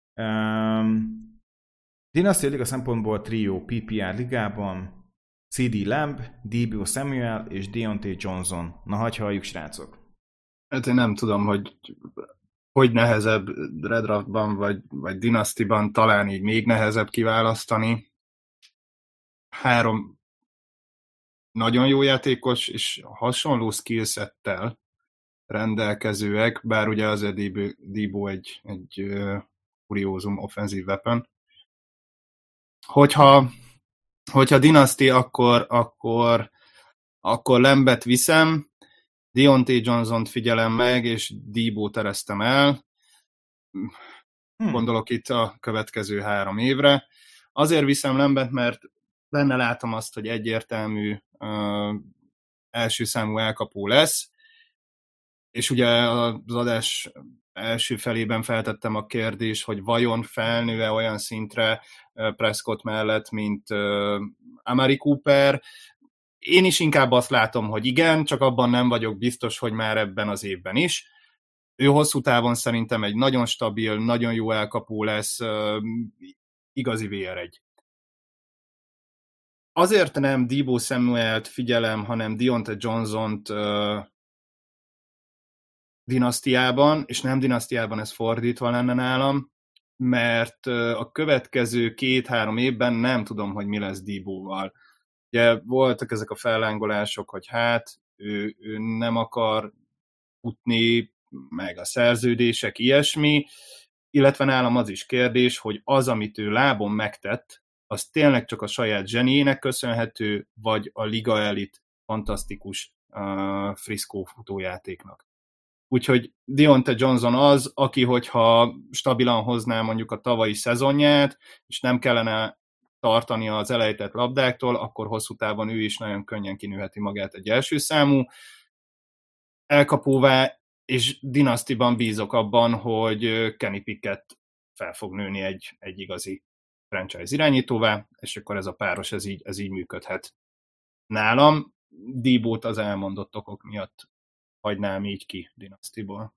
Um, Dinasztia liga szempontból trió pé pé er ligában cé dé Lamb, Deebo Samuel és Deontay Johnson. Na, hagyj halljuk, srácok. Hát én nem tudom, hogy hogy nehezebb Red Draftban vagy, vagy Dynastyban, talán így még nehezebb kiválasztani. Három nagyon jó játékos és hasonló skillsettel rendelkezőek, bár ugye azért Deebo egy, egy uh, kuriózum offensive weapon. Hogyha, hogyha Dynasty, akkor, akkor, akkor Lambet viszem, Deontay Johnson-t figyelem meg, és Deebo tereztem el. Gondolok itt a következő három évre. Azért viszem Lambet, mert benne látom azt, hogy egyértelmű uh, első számú elkapó lesz, és ugye az adás első felében feltettem a kérdést, hogy vajon felnő-e olyan szintre Prescott mellett, mint uh, Amari Cooper. Én is inkább azt látom, hogy igen, csak abban nem vagyok biztos, hogy már ebben az évben is. Ő hosszú távon szerintem egy nagyon stabil, nagyon jó elkapó lesz, uh, igazi vé er egy. Azért nem Deebo Samuelt figyelem, hanem Deontay Johnson-t uh, dinasztiában, és nem dinasztiában, ez fordítva lenne nálam, mert a következő két-három évben nem tudom, hogy mi lesz Deeboval. Ugye voltak ezek a fellángolások, hogy hát ő, ő nem akar futni, meg a szerződések, ilyesmi, illetve nálam az is kérdés, hogy az, amit ő lábon megtett, az tényleg csak a saját zseniének köszönhető, vagy a Liga Elit fantasztikus uh, Frisco futójátéknak. Úgyhogy Deontay Johnson az, aki hogyha stabilan hozná mondjuk a tavalyi szezonját, és nem kellene tartani az elejtett labdáktól, akkor hosszú távon ő is nagyon könnyen kinőheti magát egy első számú elkapóvá, és Dynastyban bízok abban, hogy Kenny Pickett fel fog nőni egy, egy igazi franchise irányítóvá, és akkor ez a páros, ez így, ez így működhet. Nálam Deebót az elmondott okok miatt hagynám így ki Dynastyból.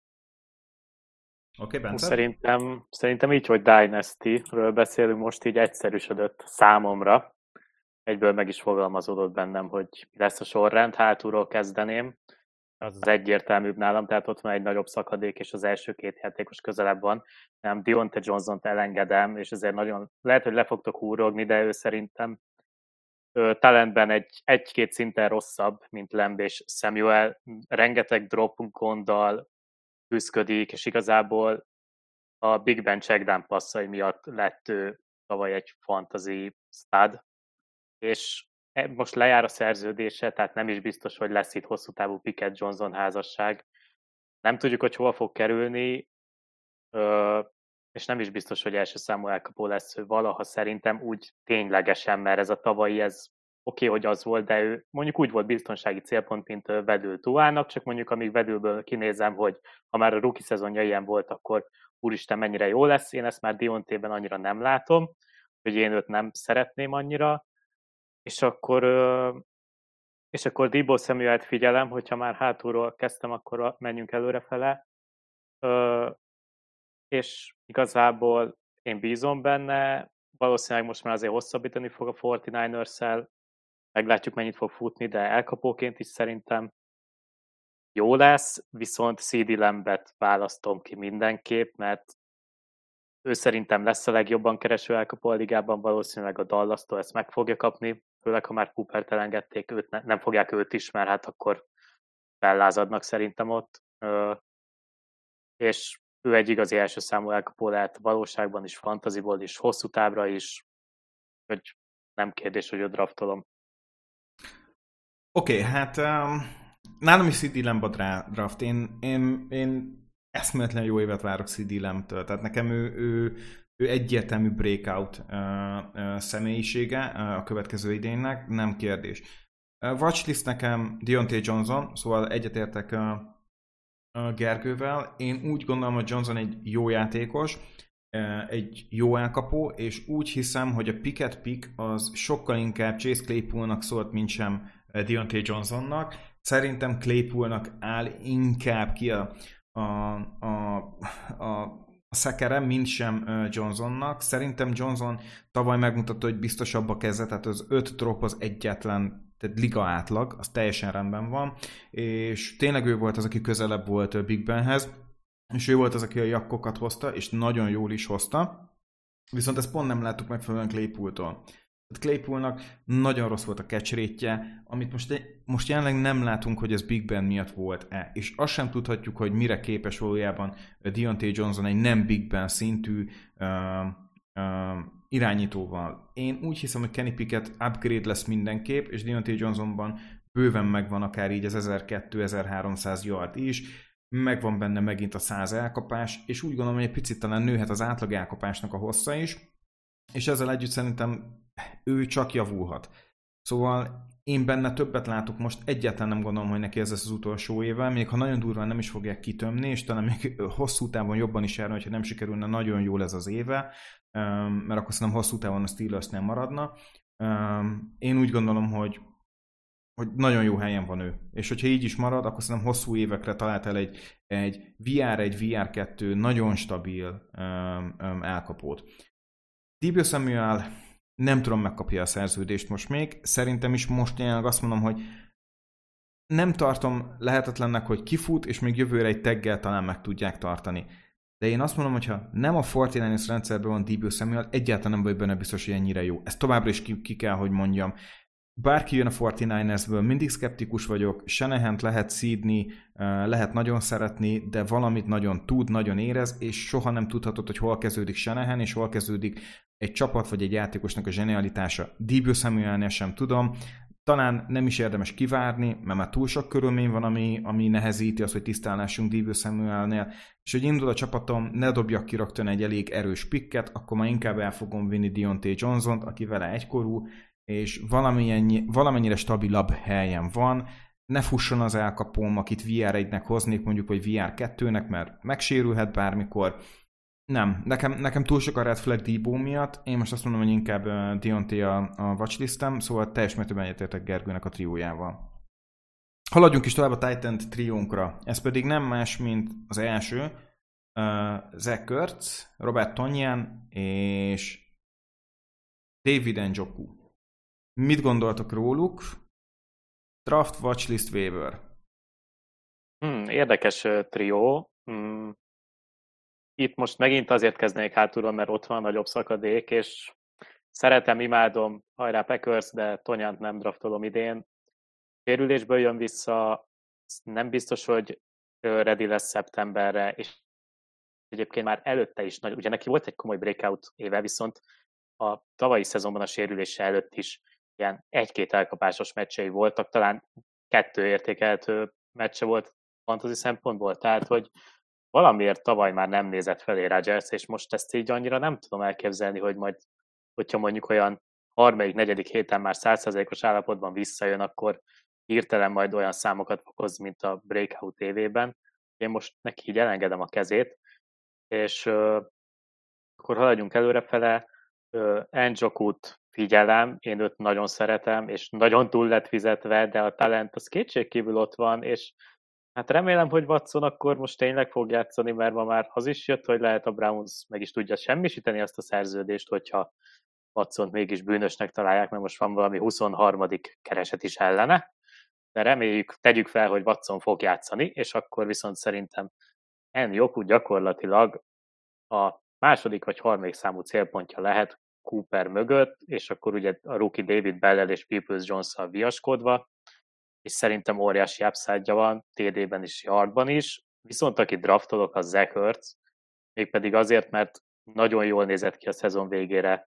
Oké, okay, Bence? Szerintem, szerintem így, hogy Dynasty-ről beszélünk, most így egyszerűsödött számomra. Egyből meg is fogalmazódott bennem, hogy lesz a sorrend, hátulról kezdeném. Az az egyértelműbb nálam, tehát ott van egy nagyobb szakadék, és az első két játékos közelebb van. Nem, Deontay Johnson-t elengedem, és ezért nagyon, lehet, hogy le fogtok húrogni, de ő szerintem talentben egy, egy-két szinten rosszabb, mint Lamb és Samuel. Rengeteg drop gonddal küszködik, és igazából a Big Ben checkdown passzai miatt lett ő tavaly egy fantasy stud, és most lejár a szerződése, tehát nem is biztos, hogy lesz itt hosszú távú Pickett-Johnson házasság. Nem tudjuk, hogy hol fog kerülni. és nem is biztos, hogy első számú elkapó lesz ő valaha szerintem úgy ténylegesen, mert ez a tavalyi, ez oké, okay, hogy az volt, de ő mondjuk úgy volt biztonsági célpont, mint Vedül Tuának, csak mondjuk amíg Vedülből kinézem, hogy ha már a rookie szezonja ilyen volt, akkor úristen, mennyire jó lesz, én ezt már Diontében annyira nem látom, hogy én őt nem szeretném annyira, és akkor és akkor Deebo Samuelt figyelem, hogyha már hátulról kezdtem, akkor menjünk előrefele, és igazából én bízom benne, valószínűleg most már azért hosszabbítani fog a negyvenkilencsel, meglátjuk mennyit fog futni, de elkapóként is szerintem jó lesz, viszont CeeDee Lambet választom ki mindenképp, mert ő szerintem lesz a legjobban kereső elkapó a ligában, valószínűleg a Dallas-tól ezt meg fogja kapni, főleg ha már Coopert elengedték, őt ne, nem fogják őt is, mert hát akkor fellázadnak szerintem ott, Ö, és ő egy igazi első számú elkapó lehet valóságban is, fantasyból is, hosszú távra is, hogy nem kérdés, hogy ő draftolom. Oké, okay, hát um, nálam is CeeDee Lamb a draft. Én, én, én eszméletlen jó évet várok CeeDee Lamb-től. Tehát nekem ő, ő, ő egyértelmű breakout uh, uh, személyisége uh, a következő idénynek, nem kérdés. Uh, watchlist nekem Diontae Johnson, szóval egyetértek uh, uh, Gergővel. Én úgy gondolom, hogy Johnson egy jó játékos, uh, egy jó elkapó, és úgy hiszem, hogy a picket pick az sokkal inkább Chase Claypoolnak szólt, mint sem Diontae Johnsonnak. Szerintem Claypoolnak áll inkább ki a, a, a, a, a szekere, mint sem Johnsonnak. Szerintem Johnson tavaly megmutatta, hogy biztosabb a keze, tehát az öt drop az egyetlen, tehát liga átlag, az teljesen rendben van, és tényleg ő volt az, aki közelebb volt Big Benhez, és ő volt az, aki a jakkokat hozta, és nagyon jól is hozta, viszont ezt pont nem láttuk megfelelően Claypooltól. Claypoolnak nagyon rossz volt a catch rate-je, amit most, most jelenleg nem látunk, hogy ez Big Ben miatt volt-e. És azt sem tudhatjuk, hogy mire képes valójában Diontae Johnson egy nem Big Ben szintű uh, uh, irányítóval. Én úgy hiszem, hogy Kenny Pickett upgrade lesz mindenképp, és Diontae Johnsonban bőven megvan akár így az ezerkétszáz-ezerháromszáz yard is, megvan benne megint a száz elkapás, és úgy gondolom, hogy egy picit talán nőhet az átlag elkapásnak a hossza is, és ezzel együtt szerintem ő csak javulhat. Szóval én benne többet látok most, egyáltalán nem gondolom, hogy neki ez lesz az utolsó éve, még ha nagyon durván nem is fogják kitömni, és talán még hosszú távon jobban is járna, hogyha nem sikerülne nagyon jól ez az éve, mert akkor szerintem hosszú távon a Steelersnél maradna. Én úgy gondolom, hogy hogy nagyon jó helyen van ő. És hogyha így is marad, akkor szerintem hosszú évekre talált el egy, egy vé er egy, vé er kettő nagyon stabil um, um, elkapót. Deebo Samuel nem tudom, megkapja a szerződést most még. Szerintem is most jelenleg azt mondom, hogy nem tartom lehetetlennek, hogy kifut, és még jövőre egy teggel talán meg tudják tartani. De én azt mondom, hogyha nem a negyvenkilences rendszerben van Deebo Samuel, egyáltalán nem vagy benne biztos, hogy ennyire jó. Ezt továbbra is ki, ki kell, hogy mondjam. Bárki jön a negyvenkilencesből, mindig szkeptikus vagyok, Shanahant lehet szídni, lehet nagyon szeretni, de valamit nagyon tud, nagyon érez, és soha nem tudhatod, hogy hol kezdődik Shanahan, és hol kezdődik egy csapat vagy egy játékosnak a zsenialitása. Deebo Samuelnél sem tudom, talán nem is érdemes kivárni, mert már túl sok körülmény van, ami, ami nehezíti azt, hogy tisztálásunk Deebo Samuelnél, és hogy indul a csapatom, ne dobjak ki rögtön egy elég erős picket, akkor már inkább el fogom vinni Diontae Johnsont, aki vele egykorú, és valamennyire stabilabb helyen van, ne fusson az elkapóm, akit vé er egynek hoznék, mondjuk, vagy vé er kettőnek, mert megsérülhet bármikor. Nem, nekem, nekem túl sok a red flag Deebo miatt, én most azt mondom, hogy inkább uh, Diontae a, a watchlistem, szóval teljes mértékben egyetértek Gergőnek a triójával. Haladjunk is tovább a Titan triónkra, ez pedig nem más, mint az első, uh, Zach Ertz, Robert Tonyan és David Njoku. Mit gondoltok róluk? Draft, watchlist, waiver. Hmm, érdekes uh, trió. Hmm. Itt most megint azért kezdnék hátulról, mert ott van a nagyobb szakadék, és szeretem, imádom, hajrá Packers, de Tonyant nem draftolom idén. Sérülésből jön vissza, nem biztos, hogy ready lesz szeptemberre, és egyébként már előtte is, nagy, ugye neki volt egy komoly breakout éve, viszont a tavalyi szezonban a sérülése előtt is ilyen egy-két elkapásos meccsei voltak, talán kettő értékelhető meccse volt fantasy szempontból, tehát hogy valamiért tavaly már nem nézett felé Rodgers, és most ezt így annyira nem tudom elképzelni, hogy majd, hogyha mondjuk olyan harmadik, negyedik héten már száz százalékos állapotban visszajön, akkor hirtelen majd olyan számokat fog hozni, mint a Breakout tévében. Én most neki így elengedem a kezét, és uh, akkor haladjunk előrefele. Uh, Njokut figyelem, én őt nagyon szeretem, és nagyon túl lett fizetve, de a talent az kétségkívül ott van, és hát remélem, hogy Watson akkor most tényleg fog játszani, mert ma már az is jött, hogy lehet a Browns meg is tudja semmisíteni azt a szerződést, hogyha Watsont mégis bűnösnek találják, mert most van valami huszonharmadik kereset is ellene, de reméljük, tegyük fel, hogy Watson fog játszani, és akkor viszont szerintem Njoku gyakorlatilag a második vagy harmadik számú célpontja lehet Cooper mögött, és akkor ugye a rookie David Bell-el és Peoples-Jones-szal viaskodva, és szerintem óriási upside-ja van, té dében is, yardban is, viszont aki draftolok, az Zach Ertz, mégpedig azért, mert nagyon jól nézett ki a szezon végére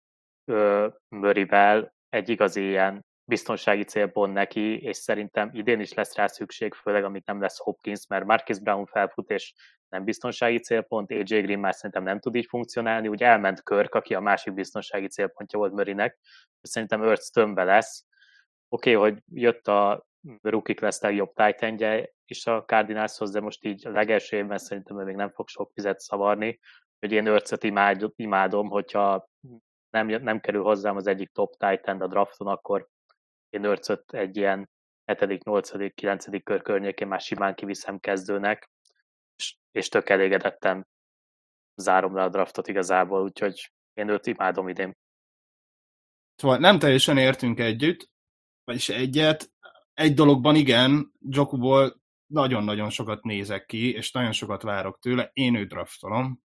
Murrayvel, egy igazi ilyen biztonsági célpont neki, és szerintem idén is lesz rá szükség, főleg amit nem lesz Hopkins, mert Marquise Brown felfut, és nem biztonsági célpont, á jé Green már szerintem nem tud így funkcionálni, úgy elment Kirk, aki a másik biztonsági célpontja volt Murraynek, és szerintem Ertz tömbbe lesz. Oké, okay, hogy jött a rookie class legjobb tight endje is a Cardinalshoz, de most így a legelső évben szerintem még nem fog sok fizet szavarni, hogy én Ertzet imád, imádom, hogyha nem, nem kerül hozzám az egyik top tight end a drafton, akkor én Ertzet egy ilyen hetedik, nyolcadik, kilencedik kör környékén már simán kiviszem kezdőnek, és, és tök elégedetten zárom le a draftot igazából, úgyhogy én őt imádom idén. Szóval nem teljesen értünk együtt, vagyis egyet. Egy dologban igen, Njokuból nagyon-nagyon sokat nézek ki, és nagyon sokat várok tőle. Én őt draftolom,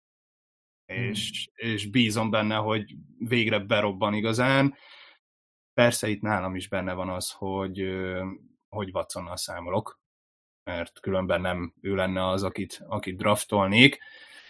és, hmm. és bízom benne, hogy végre berobban igazán. Persze itt nálam is benne van az, hogy, hogy Watsonnal számolok, mert különben nem ő lenne az, akit, akit draftolnék.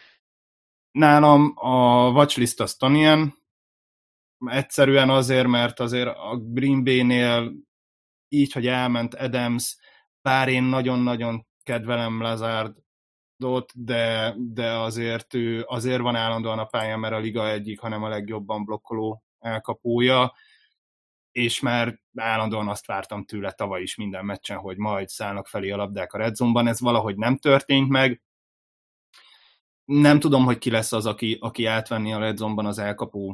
Nálam a watchlist az Tonyan, egyszerűen azért, mert azért a Green Bay-nél így, hogy elment Adams, bár én nagyon-nagyon kedvelem Lazardot, de, de azért ő azért van állandóan a pályán, mert a liga egyik, hanem a legjobban blokkoló elkapója, és már állandóan azt vártam tőle tavaly is minden meccsen, hogy majd szállnak felé a labdák a red zone-ban, ez valahogy nem történt meg. Nem tudom, hogy ki lesz az, aki, aki átvenni a red zone-ban az elkapó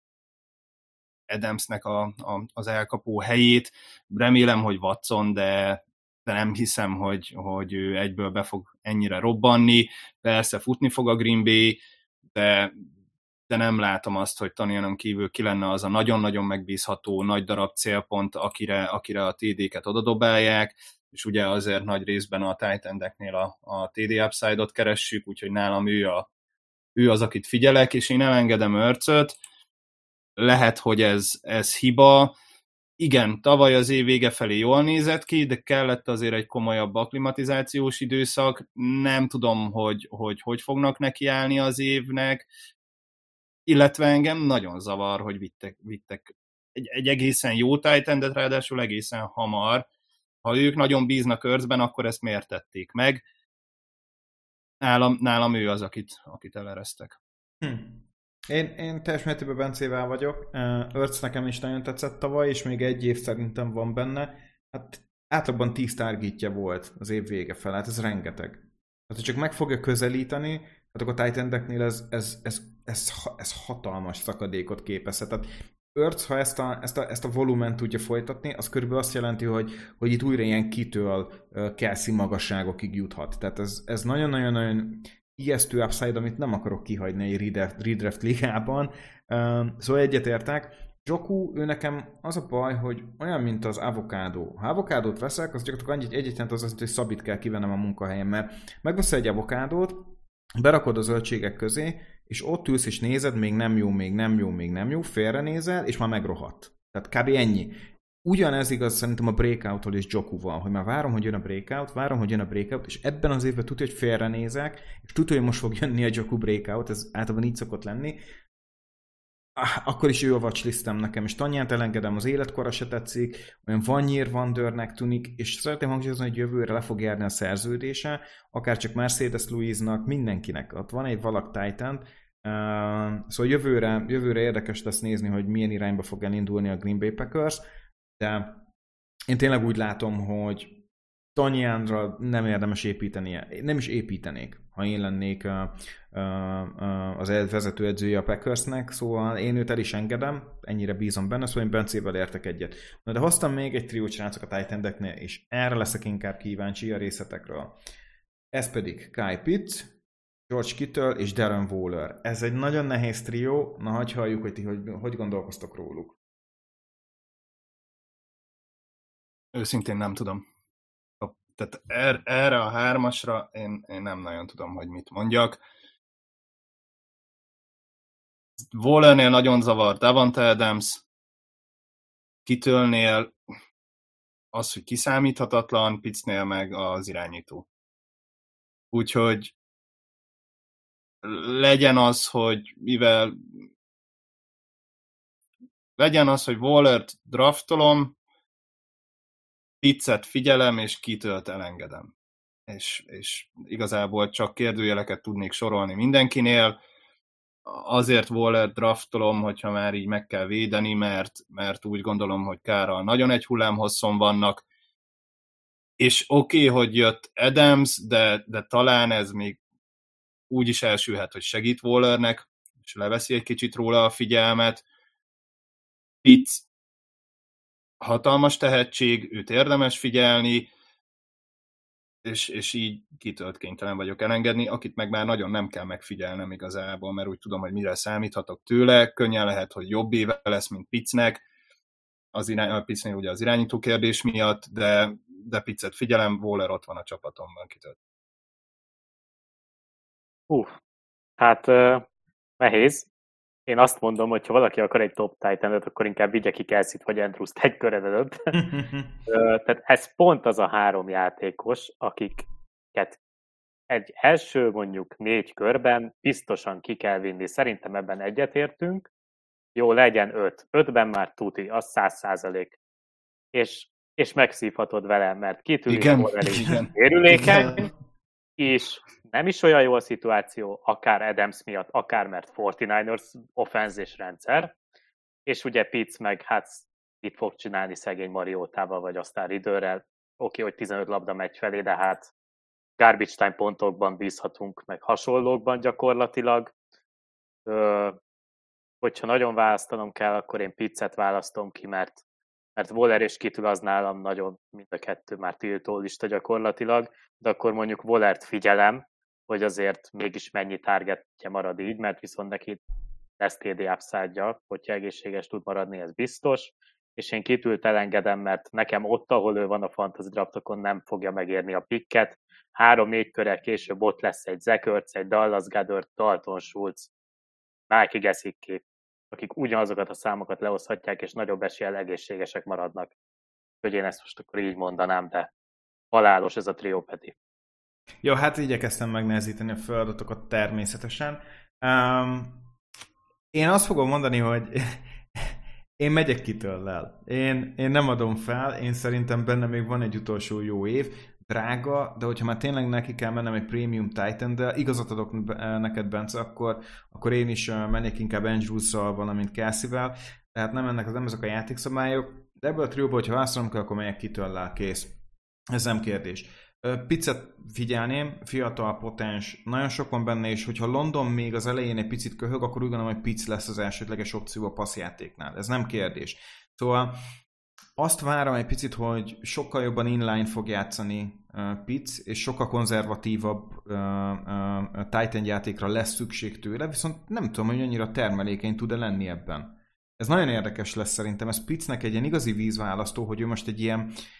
Adamsnek a, a, az elkapó helyét. Remélem, hogy Watson, de, de nem hiszem, hogy, hogy ő egyből be fog ennyire robbanni. Persze futni fog a Green Bay, de, de nem látom azt, hogy Tonyanon kívül ki lenne az a nagyon-nagyon megbízható, nagy darab célpont, akire, akire a té dé-ket odadobálják, és ugye azért nagy részben a tight endeknél a, a té dé upside-ot keressük, úgyhogy nálam ő, a, ő az, akit figyelek, és én elengedem Ertzöt. Lehet, hogy ez, ez hiba. Igen, tavaly az év vége felé jól nézett ki, de kellett azért egy komolyabb akklimatizációs időszak. Nem tudom, hogy hogy, hogy fognak nekiállni az évnek, illetve engem nagyon zavar, hogy vittek, vittek egy, egy egészen jó tight endet, ráadásul egészen hamar. Ha ők nagyon bíznak Ertzben, akkor ezt miért tették meg? Nálam, nálam ő az, akit, akit eleresztek. Hm. Én, én teljes mértékben Bencével vagyok. Ertz nekem is nagyon tetszett tavaly, és még egy év szerintem van benne. Hát átlagban tíz targetja volt az év vége fel, hát ez rengeteg. Hát, ha csak meg fogja közelíteni, hát akkor a tight endeknél ez, ez, ez, ez, ez hatalmas szakadékot képezhet. Tehát Ertz, ha ezt a, ezt, a, ezt a volument tudja folytatni, az körülbelül azt jelenti, hogy, hogy itt újra ilyen kitől Kelsey magasságokig juthat. Tehát ez, ez nagyon-nagyon-nagyon ijesztő upside, amit nem akarok kihagyni egy redraft, redraft ligában. Uh, szóval egyetértek. Njoku, ő nekem az a baj, hogy olyan, mint az avokádó. Ha avokádót veszek, az gyakorlatilag annyit egyetlen az, hogy szabit kell kivennem a munkahelyen, mert megveszel egy avokádót, berakod a zöldségek közé, és ott ülsz és nézed, még nem jó, még nem jó, még nem jó, félrenézel, és már megrohadt. Tehát kb. Ennyi. Ugyanez igaz szerintem a breakout-tól és Njokuval, hogy már várom, hogy jön a breakout, várom, hogy jön a breakout, és ebben az évben tudja, hogy félrenézek, és tudja, hogy most fog jönni a Njoku breakout, ez általában így szokott lenni. akkor is ő a watchlistem nekem, és Tanyánt elengedem, az életkora se tetszik, olyan Vanyér Vandernek tűnik, és szeretném hangsúlyozni, hogy jövőre le fog járni a szerződése, akár csak Mercedes Louise-nak, mindenkinek. Ott van egy valak Titan, uh, szóval jövőre, jövőre érdekes lesz nézni, hogy milyen irányba fog elindulni a Green Bay Packers, de én tényleg úgy látom, hogy Tanyánra nem érdemes építenie. Nem is építenék, ha én lennék a, a, a, az vezető edzője a Packersnek, szóval én őt el is engedem, ennyire bízom benne, szóval én Bencével értek egyet. Na, de hoztam még egy triót srácok a Titan-eknél, és erre leszek inkább kíváncsi a részletekről. Ez pedig Kyle Pitts, George Kittle és Darren Waller. Ez egy nagyon nehéz trió, na hagyj halljuk, hogy ti hogy, hogy gondolkoztok róluk. Őszintén nem tudom. Tehát er, erre a hármasra én, én nem nagyon tudom, hogy mit mondjak. Wallernél nagyon zavar Davante Adams, Kittlnél az, hogy kiszámíthatatlan, Pittsnél meg az irányító. Úgyhogy legyen az, hogy mivel legyen az, hogy Wallert draftolom, Pittset figyelem, és Kittlét elengedem. És, és igazából csak kérdőjeleket tudnék sorolni mindenkinél. Azért Waller draftolom, hogyha már így meg kell védeni, mert, mert úgy gondolom, hogy Kárral nagyon egy hullámhosszon vannak. És oké, okay, hogy jött Adams, de, de talán ez még úgy is elsülhet, hogy segít Wallernek, és leveszi egy kicsit róla a figyelmet. Pitts hatalmas tehetség, őt érdemes figyelni, és, és így Kittlét kénytelen vagyok elengedni, akit meg már nagyon nem kell megfigyelnem igazából, mert úgy tudom, hogy mire számíthatok tőle, könnyen lehet, hogy jobb éve lesz, mint Pittsnek, az irány, a Pittsnél ugye az irányító kérdés miatt, de, de Pittset figyelem, Waller ott van a csapatomban, Kittlét. Hú, hát uh, nehéz. Én azt mondom, hogy ha valaki akar egy top Titan-et, akkor inkább vigye ki Kelsey-t vagy Andrews-t egy körön előtt. Tehát ez pont az a három játékos, akiket egy első mondjuk négy körben biztosan ki kell vinni. Szerintem ebben egyetértünk. Jó, legyen öt. Ötben már tuti, az száz százalék. És, és megszívhatod vele, mert kitűnik Waller is érülékeny, és nem is olyan jó a szituáció, akár Adams miatt, akár mert negyvenkilencesek offenzés rendszer, és ugye Pitts meg hát itt fog csinálni szegény Mariotával, vagy aztán Ridderrel. Oké, okay, hogy tizenöt labda megy felé, de hát garbage time pontokban bízhatunk, meg hasonlókban gyakorlatilag. Ö, hogyha nagyon választanom kell, akkor én Pittset választom ki, mert, mert Waller és Kittle az nálam nagyon, mind a kettő már tiltó lista gyakorlatilag, de akkor mondjuk Wallert figyelem, hogy azért mégis mennyi targetje marad így, mert viszont neki lesz té dé upside-ja, hogyha egészséges tud maradni, ez biztos, és én Kittlet elengedem, mert nekem ott, ahol ő van a fantasy draftokon, nem fogja megérni a picket. Három-négy körrel később ott lesz egy Zach Ertz, egy Dallas Goedert, Dalton Schultz, Mike Gesicki, akik ugyanazokat a számokat lehozhatják, és nagyobb eséllyel egészségesek maradnak. Hogy én ezt most akkor így mondanám, de halálos ez a trió, Peti. Jó, hát igyekeztem megnehezíteni a feladatokat természetesen. Um, én azt fogom mondani, hogy én megyek Kittlel. Én, én nem adom fel, én szerintem benne még van egy utolsó jó év. Drága, de hogyha már tényleg neki kell mennem egy Premium Titan, de igazat adok neked, Bence, akkor, akkor én is mennék inkább Andrews-szal, valamint Kelsey-vel. Tehát nem ennek az nem ezek a játékszabályok. De ebből a trióból, hogyha válaszolom kell, akkor megyek Kittlel, kész. Ez nem kérdés. Pittset figyelném, fiatal, potens, nagyon sok van benne, és hogyha London még az elején egy picit köhög, akkor úgy gondolom, hogy Pitts lesz az elsődleges opció a passzjátéknál. Ez nem kérdés. Szóval azt várom egy picit, hogy sokkal jobban inline fog játszani uh, Pitts, és sokkal konzervatívabb uh, uh, Titan játékra lesz szükség tőle, viszont nem tudom, hogy annyira termelékeny tud-e lenni ebben. Ez nagyon érdekes lesz szerintem, ez Pittsnek egy ilyen igazi vízválasztó, hogy ő most egy ilyen,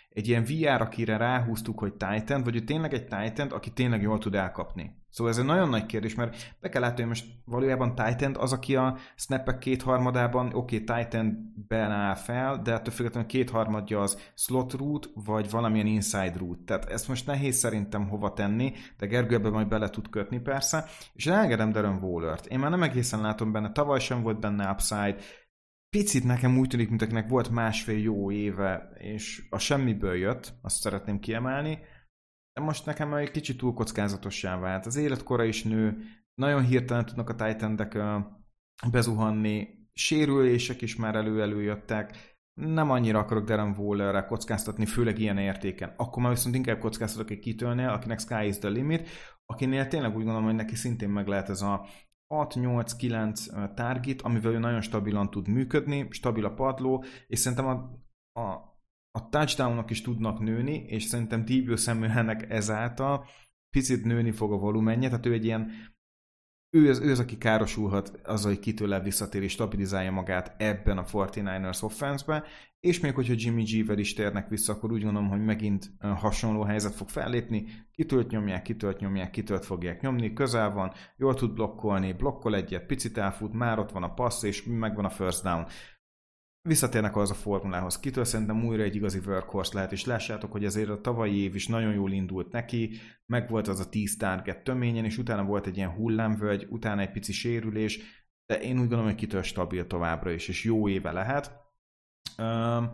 egy ilyen vé er, akire ráhúztuk, hogy Titan, vagy ő tényleg egy Titan, aki tényleg jól tud elkapni. Szóval ez egy nagyon nagy kérdés, mert be kell látni, hogy most valójában Titan az, aki a snappek kétharmadában, oké, okay, Titan-ben áll fel, de ettől függetlenül kétharmadja az slot route, vagy valamilyen inside route. Tehát ezt most nehéz szerintem hova tenni, de Gergő ebben majd bele tud kötni persze, és én elengedem Darren Wallert. Én már nem egészen látom benne, tavaly sem volt benne upside, picit nekem úgy tűnik, mint akinek volt másfél jó éve, és a semmiből jött, azt szeretném kiemelni, de most nekem egy kicsit túl kockázatossá vált. Az életkora is nő, nagyon hirtelen tudnak a Titan-ek bezuhanni, sérülések is már elő-elő jöttek, nem annyira akarok Darren Wallerre kockáztatni, főleg ilyen értéken. Akkor már viszont inkább kockáztatok egy kitőlnél, akinek sky is the limit, akinél tényleg úgy gondolom, hogy neki szintén meg lehet ez a hat nyolc kilenc target, amivel ő nagyon stabilan tud működni, stabil a padló, és szerintem a, a, a touchdownok is tudnak nőni, és szerintem Deebo Samuelnek ezáltal picit nőni fog a volumenje, tehát ő egy ilyen, ő az, ő az aki károsulhat azzal, hogy kitől visszatér és stabilizálja magát ebben a negyvenkilencesek offense-be, és még hogyha Jimmy G-vel is térnek vissza, akkor úgy gondolom, hogy megint hasonló helyzet fog fellépni, kitölt nyomják, kitölt nyomják, kitölt fogják nyomni, közel van, jól tud blokkolni, blokkol egyet, picit elfut, már ott van a passz, és megvan a first down. Visszatérnek az a formulához, kitől szerintem újra egy igazi workhorse lehet, és lássátok, hogy azért a tavalyi év is nagyon jól indult neki, meg volt az a tíz target töményen, és utána volt egy ilyen hullámvölgy, utána egy pici sérülés, de én úgy gondolom, hogy kitől stabil továbbra is, és jó éve lehet. Um,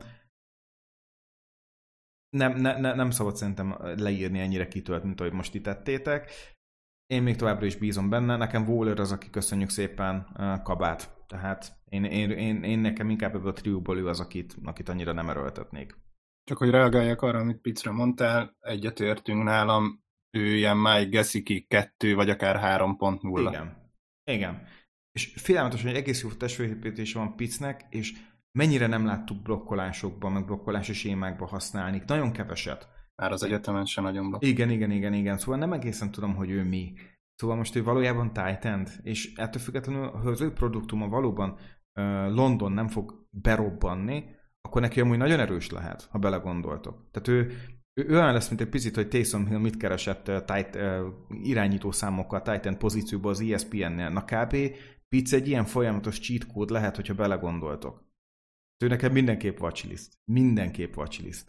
nem, ne, ne, nem szabad szerintem leírni ennyire kitölt, mint ahogy most itt tettétek. Én még továbbra is bízom benne, nekem Waller az, aki köszönjük szépen uh, kabát. Tehát én, én, én, én nekem inkább ebből a trióból ő az, akit, akit annyira nem erőltetnék. Csak hogy reagáljak arra, amit Picre mondtál, egyetértünk nálam, ő ilyen Mike Gesicki kettő, vagy akár három pont nulla. Igen. Igen. És félelmetes, hogy egész jó testfélépítése van Picnek, és mennyire nem láttuk blokkolásokban, meg blokkolási sémákban használni. Nagyon keveset. Már az egyetemen sem nagyon blokkol. Igen, igen, igen, igen. Szóval nem egészen tudom, hogy ő mi. Szóval most ő valójában tight end, és ettől függetlenül, ha az ő produktuma valóban uh, London nem fog berobbanni, akkor neki amúgy nagyon erős lehet, ha belegondoltok. Tehát ő, ő, ő olyan lesz, mint egy picit, hogy Taysom Hill mit keresett uh, tight, uh, irányító számokkal tight end pozícióban az E S P N-nél. Na kb. Pic egy ilyen folyamatos cheat code lehet, hogyha belegondoltok. Ő nekem mindenképp watchlist. Mindenképp watchlist.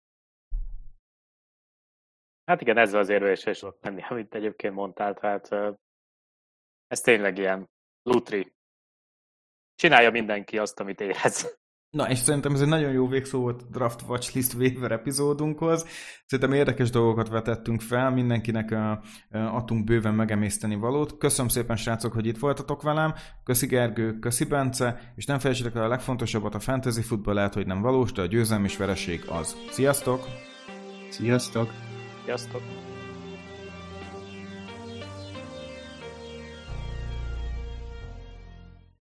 Hát igen, ezzel az érvelésre is tudok menni, amit egyébként mondtál, tehát ez tényleg ilyen lutri. Csinálja mindenki azt, amit érez. Na, és szerintem ez egy nagyon jó végszó volt Draft Watchlist waiver epizódunkhoz. Szerintem érdekes dolgokat vetettünk fel, mindenkinek uh, uh, adtunk bőven megemészteni valót. Köszönöm szépen, srácok, hogy itt voltatok velem. Köszi Gergő, köszi Bence, és nem felejtsétek el a legfontosabbat, a fantasy futball lehet, hogy nem valós, de a győzelem és vereség az. Sziasztok! Sziasztok! Sziasztok!